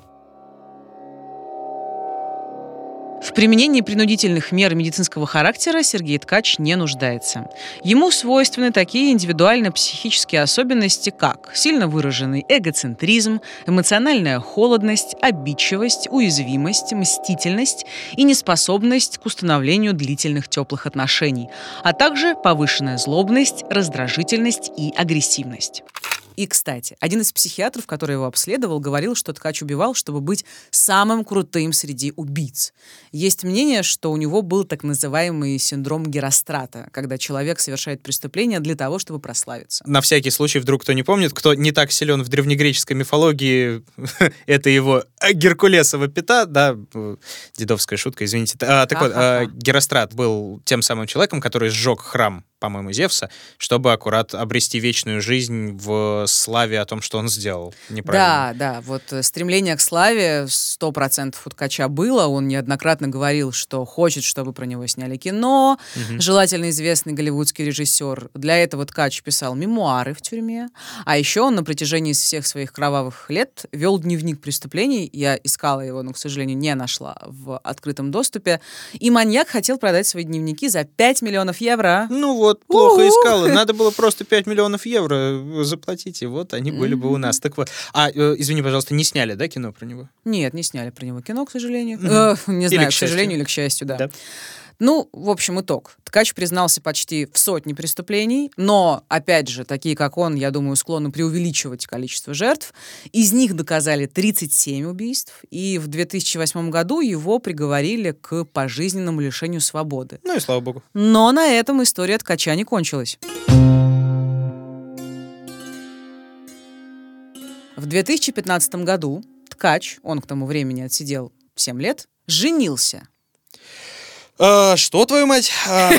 В применении принудительных мер медицинского характера Сергей Ткач не нуждается. Ему свойственны такие индивидуально-психические особенности, как сильно выраженный эгоцентризм, эмоциональная холодность, обидчивость, уязвимость, мстительность и неспособность к установлению длительных теплых отношений, а также повышенная злобность, раздражительность и агрессивность. И, кстати, один из психиатров, который его обследовал, говорил, что Ткач убивал, чтобы быть самым крутым среди убийц. Есть мнение, что у него был так называемый синдром Герострата, когда человек совершает преступление для того, чтобы прославиться. На всякий случай, вдруг кто не помнит, кто не так силен в древнегреческой мифологии, это его Геркулесова пята, да, дедовская шутка, извините. А, так вот, а, Герострат был тем самым человеком, который сжег храм, по-моему, Зевса, чтобы аккурат обрести вечную жизнь в славе о том, что он сделал. Да, да, вот стремление к славе сто процентов у Ткача было. Он неоднократно говорил, что хочет, чтобы про него сняли кино. Угу. Желательно известный голливудский режиссер. Для этого Ткач писал мемуары в тюрьме. А еще он на протяжении всех своих кровавых лет вел дневник преступлений. Я искала его, но, к сожалению, не нашла в открытом доступе. И маньяк хотел продать свои дневники за пять миллионов евро. Ну вот. Вот, плохо У-у-у. искала. Надо было просто пять миллионов евро заплатить, и вот они были бы у нас. Так вот. А, э, извини, пожалуйста, не сняли, да, кино про него? Нет, не сняли про него кино, к сожалению. Mm-hmm. Э, не знаю, к, к сожалению или к счастью, да. да. Ну, в общем, итог. Ткач признался почти в сотне преступлений, но, опять же, такие, как он, я думаю, склонны преувеличивать количество жертв. Из них доказали тридцать семь убийств, и в две тысячи восьмом году его приговорили к пожизненному лишению свободы. Ну и слава богу. Но на этом история ткача не кончилась. В две тысячи пятнадцатом году ткач, он к тому времени отсидел семь лет, женился. А, что, твою мать?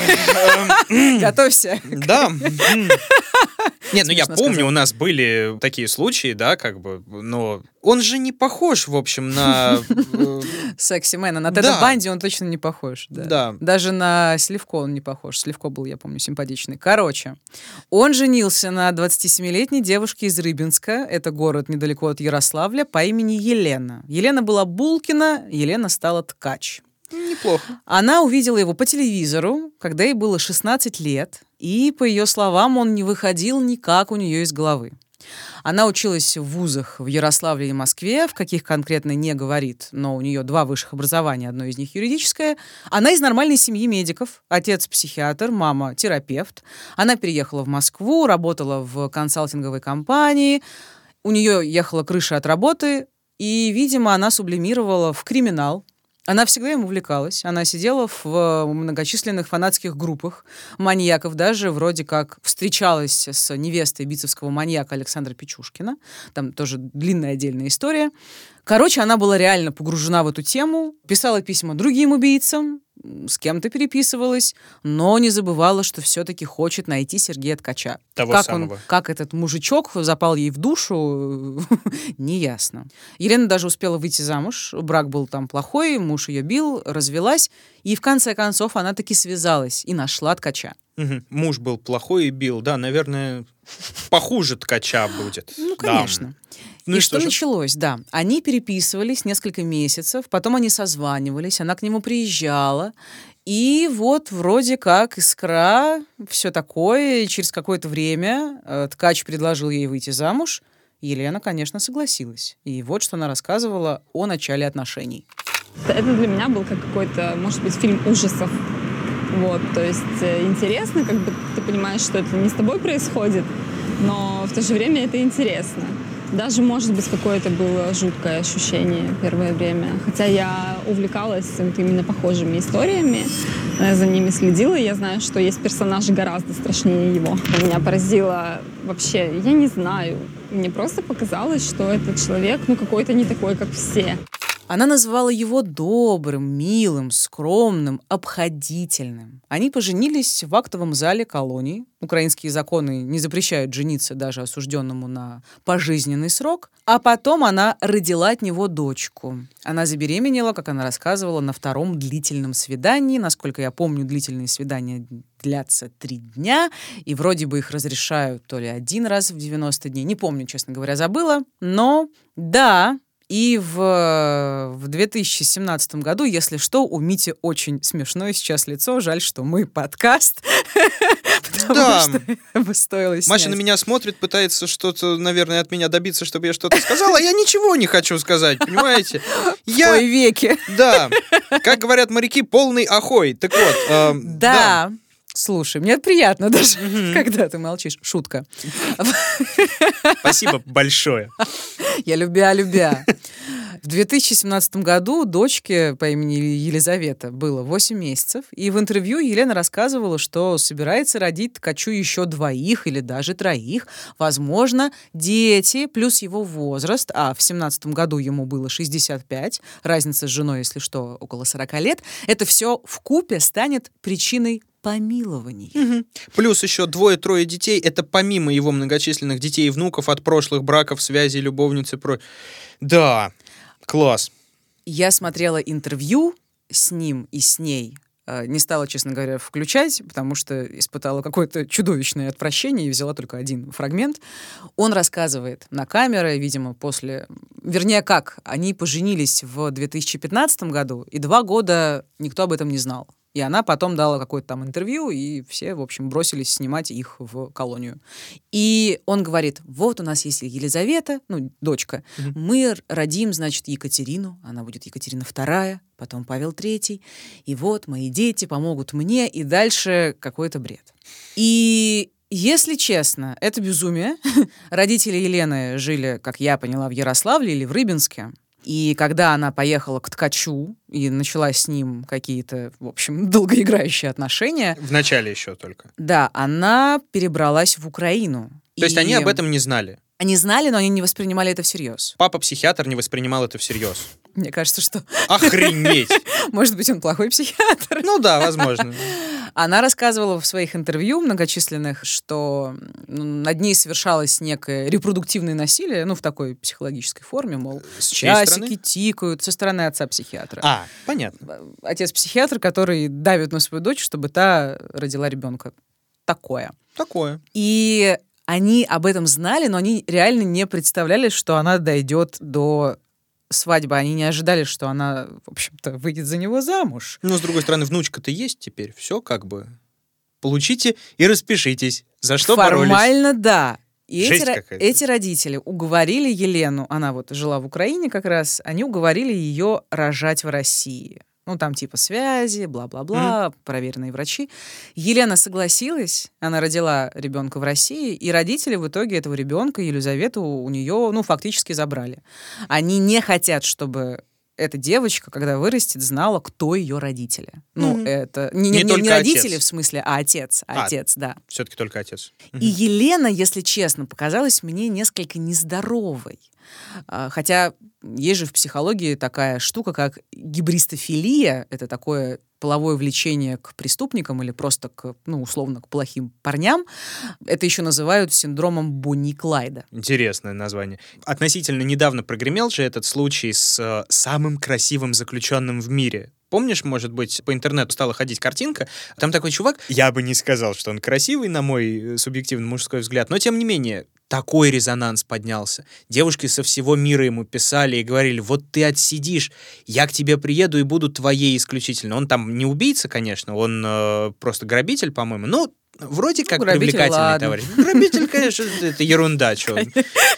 Готовься. Да. Нет, ну я помню, у нас были такие случаи, да, как бы, но он же не похож, в общем, на... Секси-мэна. На Теда Банди он точно не похож. Да. Даже на Сливко он не похож. Сливко был, я помню, симпатичный. Короче, он женился на двадцатисемилетней девушке из Рыбинска, это город недалеко от Ярославля, по имени Елена. Елена была Булкина, Елена стала ткач. Неплохо. Она увидела его по телевизору, когда ей было шестнадцать лет, и, по ее словам, он не выходил никак у нее из головы. Она училась в вузах в Ярославле и Москве, в каких конкретно не говорит, но у нее два высших образования, одно из них юридическое. Она из нормальной семьи медиков, отец психиатр, мама терапевт. Она переехала в Москву, работала в консалтинговой компании, у нее ехала крыша от работы, и, видимо, она сублимировала в криминал. Она всегда им увлекалась. Она сидела в многочисленных фанатских группах маньяков, даже вроде как встречалась с невестой битцевского маньяка Александра Печушкина. Там тоже длинная отдельная история. Короче, она была реально погружена в эту тему, писала письма другим убийцам, с кем-то переписывалась, но не забывала, что все-таки хочет найти Сергея Ткача. Того как самого. Он, как этот мужичок запал ей в душу, неясно. Елена даже успела выйти замуж, брак был там плохой, муж ее бил, развелась, и в конце концов она таки связалась и нашла Ткача. Угу. Муж был плохой и бил, да, наверное, похуже Ткача будет. Ну, конечно. Да. Ну и, и что, что началось, да. Они переписывались несколько месяцев, потом они созванивались, она к нему приезжала, и вот вроде как искра, все такое, и через какое-то время э, Ткач предложил ей выйти замуж. Елена, конечно, согласилась. И вот что она рассказывала о начале отношений. Это для меня был как какой-то, может быть, фильм ужасов. Вот, то есть э, интересно, как бы ты понимаешь, что это не с тобой происходит, но в то же время это интересно. Даже, может быть, какое-то было жуткое ощущение первое время. Хотя я увлекалась вот именно похожими историями, за ними следила, и я знаю, что есть персонажи гораздо страшнее его. Меня поразило вообще, я не знаю, мне просто показалось, что этот человек, ну, какой-то не такой, как все. Она называла его добрым, милым, скромным, обходительным. Они поженились в актовом зале колонии. Украинские законы не запрещают жениться даже осужденному на пожизненный срок. А потом она родила от него дочку. Она забеременела, как она рассказывала, на втором длительном свидании. Насколько я помню, длительные свидания длятся три дня. И вроде бы их разрешают то ли один раз в девяносто дней. Не помню, честно говоря, забыла. Но да... И в, в две тысячи семнадцатом году, если что, у Мити очень смешное сейчас лицо. Жаль, что мы подкаст. Да. Потому что стоило снять. Маша на меня смотрит, пытается что-то, наверное, от меня добиться, чтобы я что-то сказала, а я ничего не хочу сказать, понимаете? Я... Ой, веки. Да. Как говорят моряки, полный охой. Так вот. Э, да. да. Слушай, мне приятно даже, mm-hmm. когда ты молчишь. Шутка. Спасибо большое. Я любя-любя. В две тысячи семнадцатом году дочке по имени Елизавета было восемь месяцев, и в интервью Елена рассказывала, что собирается родить Ткачу еще двоих или даже троих, возможно, дети плюс его возраст, а в семнадцатом году ему было шестьдесят пять, разница с женой, если что, около сорок лет, это все вкупе станет причиной помилований. Угу. Плюс еще двое-трое детей, это помимо его многочисленных детей и внуков от прошлых браков, связей, любовницы. Про... Да, класс. Я смотрела интервью с ним и с ней. Не стала, честно говоря, включать, потому что испытала какое-то чудовищное отвращение и взяла только один фрагмент. Он рассказывает на камеры, видимо, после... Вернее, как? Они поженились в две тысячи пятнадцатом году, и два года никто об этом не знал. И она потом дала какое-то там интервью, и все, в общем, бросились снимать их в колонию. И он говорит, вот у нас есть Елизавета, ну, дочка, mm-hmm. мы родим, значит, Екатерину, она будет Екатерина вторая, потом Павел третий, и вот мои дети помогут мне, и дальше какой-то бред. И если честно, это безумие. Родители Елены жили, как я поняла, в Ярославле или в Рыбинске. И когда она поехала к ткачу и начала с ним какие-то, в общем, долгоиграющие отношения... В начале еще только. Да, она перебралась в Украину. То и... есть они об этом не знали? Они знали, но они не воспринимали это всерьез. Папа-психиатр не воспринимал это всерьез? Мне кажется, что... Охренеть! Может быть, он плохой психиатр. Ну да, возможно. Она рассказывала в своих интервью многочисленных, что над ней совершалось некое репродуктивное насилие, ну, в такой психологической форме, мол, с часики стороны? Тикают, со стороны отца-психиатра. А, понятно. Отец-психиатр, который давит на свою дочь, чтобы та родила ребенка. Такое. Такое. И они об этом знали, но они реально не представляли, что она дойдет до... свадьба, они не ожидали, что она, в общем-то, выйдет за него замуж. Но, с другой стороны, внучка-то есть теперь. Все как бы. Получите и распишитесь. За что боролись. Формально, да. И Жесть эти, какая-то. эти родители уговорили Елену, она вот жила в Украине как раз, они уговорили ее рожать в России. Ну, там типа связи, бла-бла-бла, mm-hmm. проверенные врачи. Елена согласилась, она родила ребенка в России, и родители в итоге этого ребенка, Елизавету, у нее, ну, фактически забрали. Они не хотят, чтобы эта девочка, когда вырастет, знала, кто ее родители. Ну, mm-hmm. это... Не, не, не, не родители, отец. В смысле, а отец. А, отец, да. Все-таки только отец. И Елена, если честно, показалась мне несколько нездоровой. Хотя есть же в психологии такая штука, как гибристофилия. Это такое половое влечение к преступникам или просто к, ну, условно, к плохим парням. Это еще называют синдромом Бонни и Клайда. Интересное название. Относительно недавно прогремел же этот случай с э, самым красивым заключенным в мире. Помнишь, может быть, по интернету стала ходить картинка, там такой чувак, я бы не сказал, что он красивый, на мой субъективный мужской взгляд, но тем не менее, такой резонанс поднялся. Девушки со всего мира ему писали и говорили, вот ты отсидишь, я к тебе приеду и буду твоей исключительно. Он там не убийца, конечно, он э, просто грабитель, по-моему, но вроде как ну, привлекательный ладно. Товарищ. Грабитель, конечно, это ерунда, что он.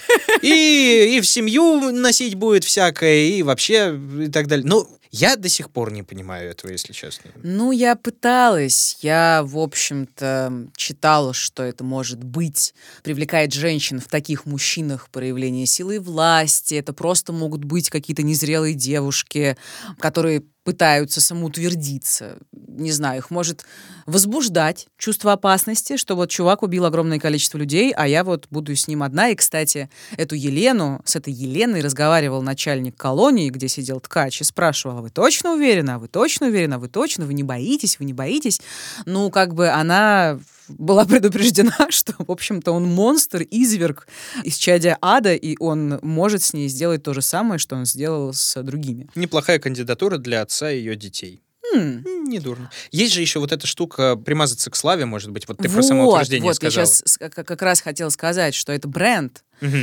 И, и в семью носить будет всякое, и вообще, и так далее. Ну, я до сих пор не понимаю этого, если честно. Ну, я пыталась. Я, в общем-то, читала, что это может быть. Привлекает женщин в таких мужчинах проявление силы и власти. Это просто могут быть какие-то незрелые девушки, которые пытаются самоутвердиться. Не знаю, их может возбуждать чувство опасности, что вот чувак убил огромное количество людей, а я вот буду с ним одна. И, кстати, эту Елену, с этой Еленой разговаривал начальник колонии, где сидел ткач, и спрашивал, а вы точно уверены? А вы точно уверены? А вы точно? Вы не боитесь? Вы не боитесь? Ну, как бы она была предупреждена, что, в общем-то, он монстр, изверг, исчадие ада, и он может с ней сделать то же самое, что он сделал с другими. Неплохая кандидатура для отца ее детей. М. Не дурно. Есть же еще вот эта штука примазаться к славе, может быть. Вот ты вот, про самоутверждение вот, сказала. Я сейчас как раз хотела сказать, что это бренд. Угу.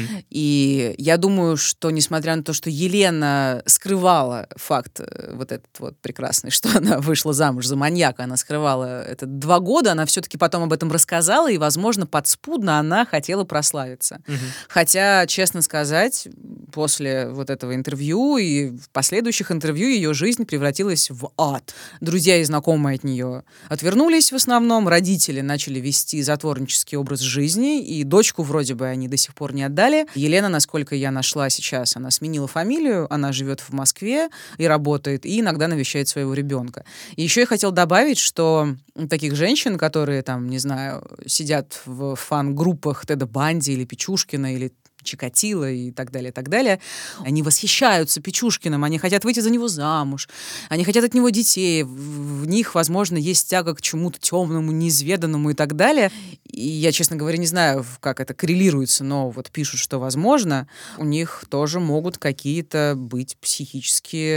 И я думаю, что несмотря на то, что Елена скрывала факт вот этот вот прекрасный, что она вышла замуж за маньяка, она скрывала это два года, она все-таки потом об этом рассказала, и, возможно, подспудно она хотела прославиться. Угу. Хотя, честно сказать, после вот этого интервью и в последующих интервью ее жизнь превратилась в ад. Друзья и знакомые от нее отвернулись в основном, родители начали вести затворнический образ жизни, и дочку вроде бы они до сих пор не отдали. Елена, насколько я нашла сейчас, она сменила фамилию, она живет в Москве и работает, и иногда навещает своего ребенка. И еще я хотела добавить, что таких женщин, которые там, не знаю, сидят в фан-группах Теда Банди или Печушкина, или Чикатило и так далее, и так далее. Они восхищаются Печушкиным, они хотят выйти за него замуж, они хотят от него детей, в, в них, возможно, есть тяга к чему-то темному, неизведанному и так далее. И я, честно говоря, не знаю, как это коррелируется, но вот пишут, что, возможно, у них тоже могут какие-то быть психические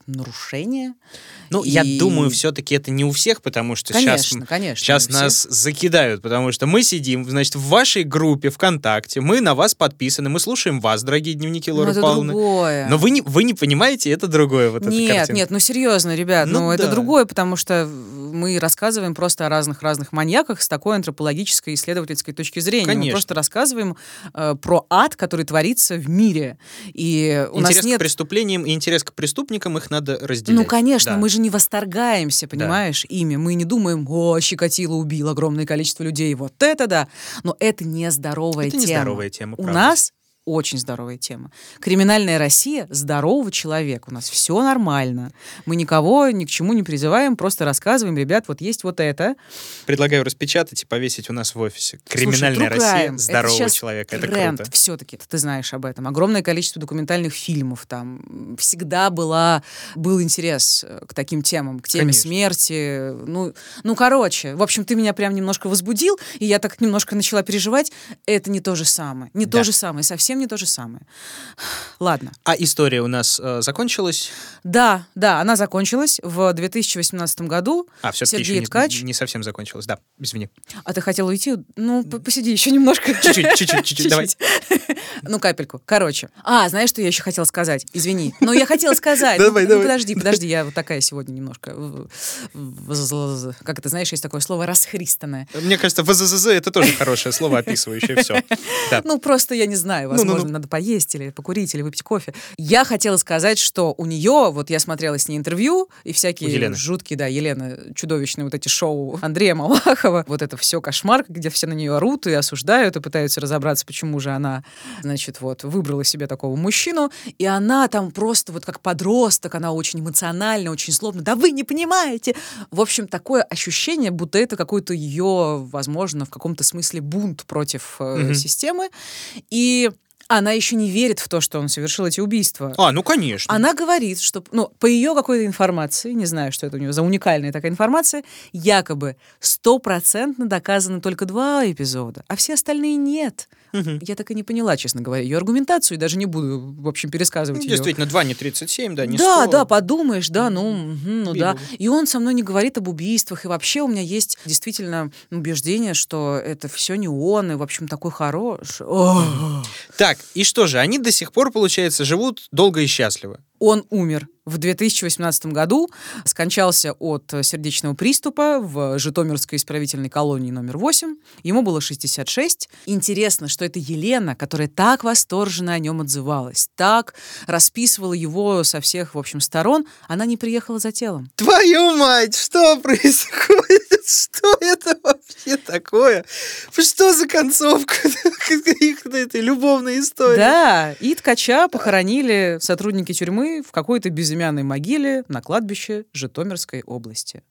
нарушение. Ну, и... я думаю, все-таки это не у всех, потому что конечно, сейчас, конечно, сейчас нас закидают, потому что мы сидим, значит, в вашей группе ВКонтакте, мы на вас подписаны, мы слушаем вас, дорогие дневники Лоры ну, Павловны. Это другое. Но вы не, вы не понимаете, это другое. Вот нет, эта картина. Нет, ну серьезно, ребят, ну, ну да. это другое, потому что мы рассказываем просто о разных-разных маньяках с такой антропологической, исследовательской точки зрения. Конечно. Мы просто рассказываем э, про ад, который творится в мире. И у интерес нас нет... к преступлениям и интерес к преступникам, их надо разделять. Ну, конечно, да. мы же не восторгаемся, понимаешь, да. ими. Мы не думаем, о, Чикатило убил огромное количество людей, вот это да. Но это нездоровая это тема. Это нездоровая тема, У правда. нас очень здоровая тема. Криминальная Россия — здоровый человек. У нас все нормально. Мы никого ни к чему не призываем, просто рассказываем, ребят, вот есть вот это. Предлагаю распечатать и повесить у нас в офисе. Криминальная Слушай, Россия — здорового это человека. Это тренд, круто. Все-таки, ты знаешь об этом. Огромное количество документальных фильмов там. Всегда была, был интерес к таким темам, к теме Конечно. смерти. Ну, ну, короче, в общем, ты меня прям немножко возбудил, и я так немножко начала переживать. Это не то же самое. Не да. то же самое. Совсем не то же самое. Ладно. А история у нас э, закончилась? Да, да, она закончилась в две тысячи восемнадцатом году. А, все-таки Сергей еще Ткач. Не, не совсем закончилась, да, извини. А ты хотела уйти? Ну, посиди еще немножко. Чуть-чуть, чуть-чуть, чуть-чуть, давай. Ну, капельку. Короче. А, знаешь, что я еще хотела сказать? Извини. Ну, я хотела сказать. Давай, ну, давай. Ну, подожди, подожди, я вот такая сегодня немножко... Как это, знаешь, есть такое слово «расхристанное». Мне кажется, ВЗЗЗ — это тоже хорошее слово, описывающее все. Ну, просто я не знаю, возможно, надо поесть или покурить, или выпить кофе. Я хотела сказать, что у нее, вот я смотрела с ней интервью, и всякие жуткие, да, Елена, чудовищные вот эти шоу Андрея Малахова, вот это все кошмар, где все на нее орут и осуждают, и пытаются разобраться, почему же она, значит, вот, выбрала себе такого мужчину, и она там просто вот как подросток, она очень эмоциональна, очень злобна. Да вы не понимаете! В общем, такое ощущение, будто это какой-то ее, возможно, в каком-то смысле бунт против э, mm-hmm. системы. И она еще не верит в то, что он совершил эти убийства. А, ну, конечно. Она говорит, что, ну, по ее какой-то информации, не знаю, что это у нее за уникальная такая информация, якобы стопроцентно доказаны только два эпизода, а все остальные нет. Угу. Я так и не поняла, честно говоря, ее аргументацию, и даже не буду, в общем, пересказывать ну, ее. Действительно, два не тридцать семь, да, не да, сто. Да, подумаешь, да, ну, ну да. И он со мной не говорит об убийствах, и вообще у меня есть действительно убеждение, что это все не он, и, в общем, такой хорош. Так, и что же, они до сих пор, получается, живут долго и счастливо? Он умер в две тысячи восемнадцатом году, скончался от сердечного приступа в Житомирской исправительной колонии номер восемь. Ему было шестьдесят шесть. Интересно, что это Елена, которая так восторженно о нем отзывалась, так расписывала его со всех, в общем, сторон, она не приехала за телом. Твою мать, что происходит? Что это вообще такое? Что за концовка их этой любовной истории? Да, и Ткача похоронили сотрудники тюрьмы в какой-то безымянной могиле на кладбище Житомирской области.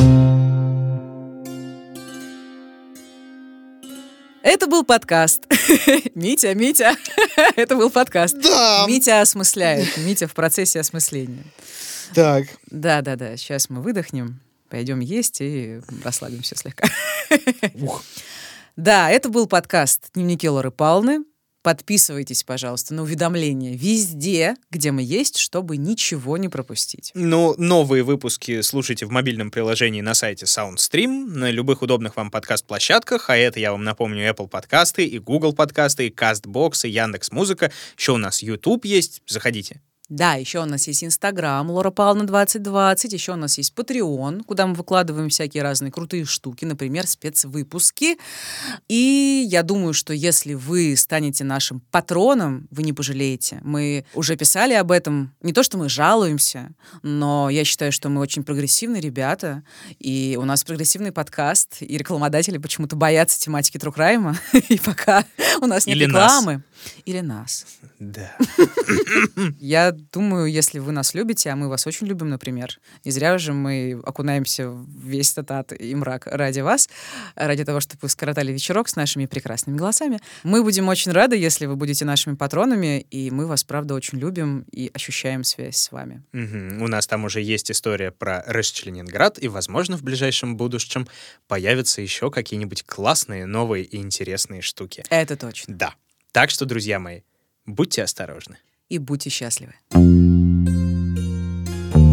Это был подкаст. Митя, Митя, это был подкаст. Да. Митя осмысляет. Митя в процессе осмысления. Так. Да-да-да, сейчас мы выдохнем, пойдем есть и расслабимся слегка. Ух. Да, это был подкаст «Дневники Лоры Павловны». Подписывайтесь, пожалуйста, на уведомления везде, где мы есть, чтобы ничего не пропустить. Ну, новые выпуски слушайте в мобильном приложении на сайте SoundStream, на любых удобных вам подкаст-площадках, а это, я вам напомню, Apple подкасты, и Google подкасты, и CastBox, и Яндекс.Музыка. Еще у нас YouTube есть, заходите. Да, еще у нас есть Инстаграм, Лора Павловна двадцать двадцать, еще у нас есть Patreon, куда мы выкладываем всякие разные крутые штуки, например, спецвыпуски. И я думаю, что если вы станете нашим патроном, вы не пожалеете. Мы уже писали об этом. Не то, что мы жалуемся, но я считаю, что мы очень прогрессивные ребята, и у нас прогрессивный подкаст, и рекламодатели почему-то боятся тематики True Crime, и пока у нас нет Или рекламы. Нас. Или нас. Да. Я думаю, если вы нас любите, а мы вас очень любим, например, не зря же мы окунаемся в весь этот ад и мрак ради вас, ради того, чтобы вы скоротали вечерок с нашими прекрасными голосами. Мы будем очень рады, если вы будете нашими патронами, и мы вас, правда, очень любим и ощущаем связь с вами. Угу. У нас там уже есть история про Расчленинград, и, возможно, в ближайшем будущем появятся еще какие-нибудь классные, новые и интересные штуки. Это точно. Да. Так что, друзья мои, будьте осторожны. И будьте счастливы.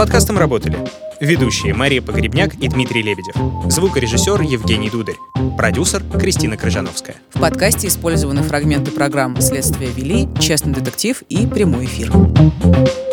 подкастом работали ведущие Мария Погребняк и Дмитрий Лебедев, звукорежиссер Евгений Дударь, продюсер Кристина Крыжановская. В подкасте использованы фрагменты программ «Следствие вели», «Честный детектив» и «Прямой эфир».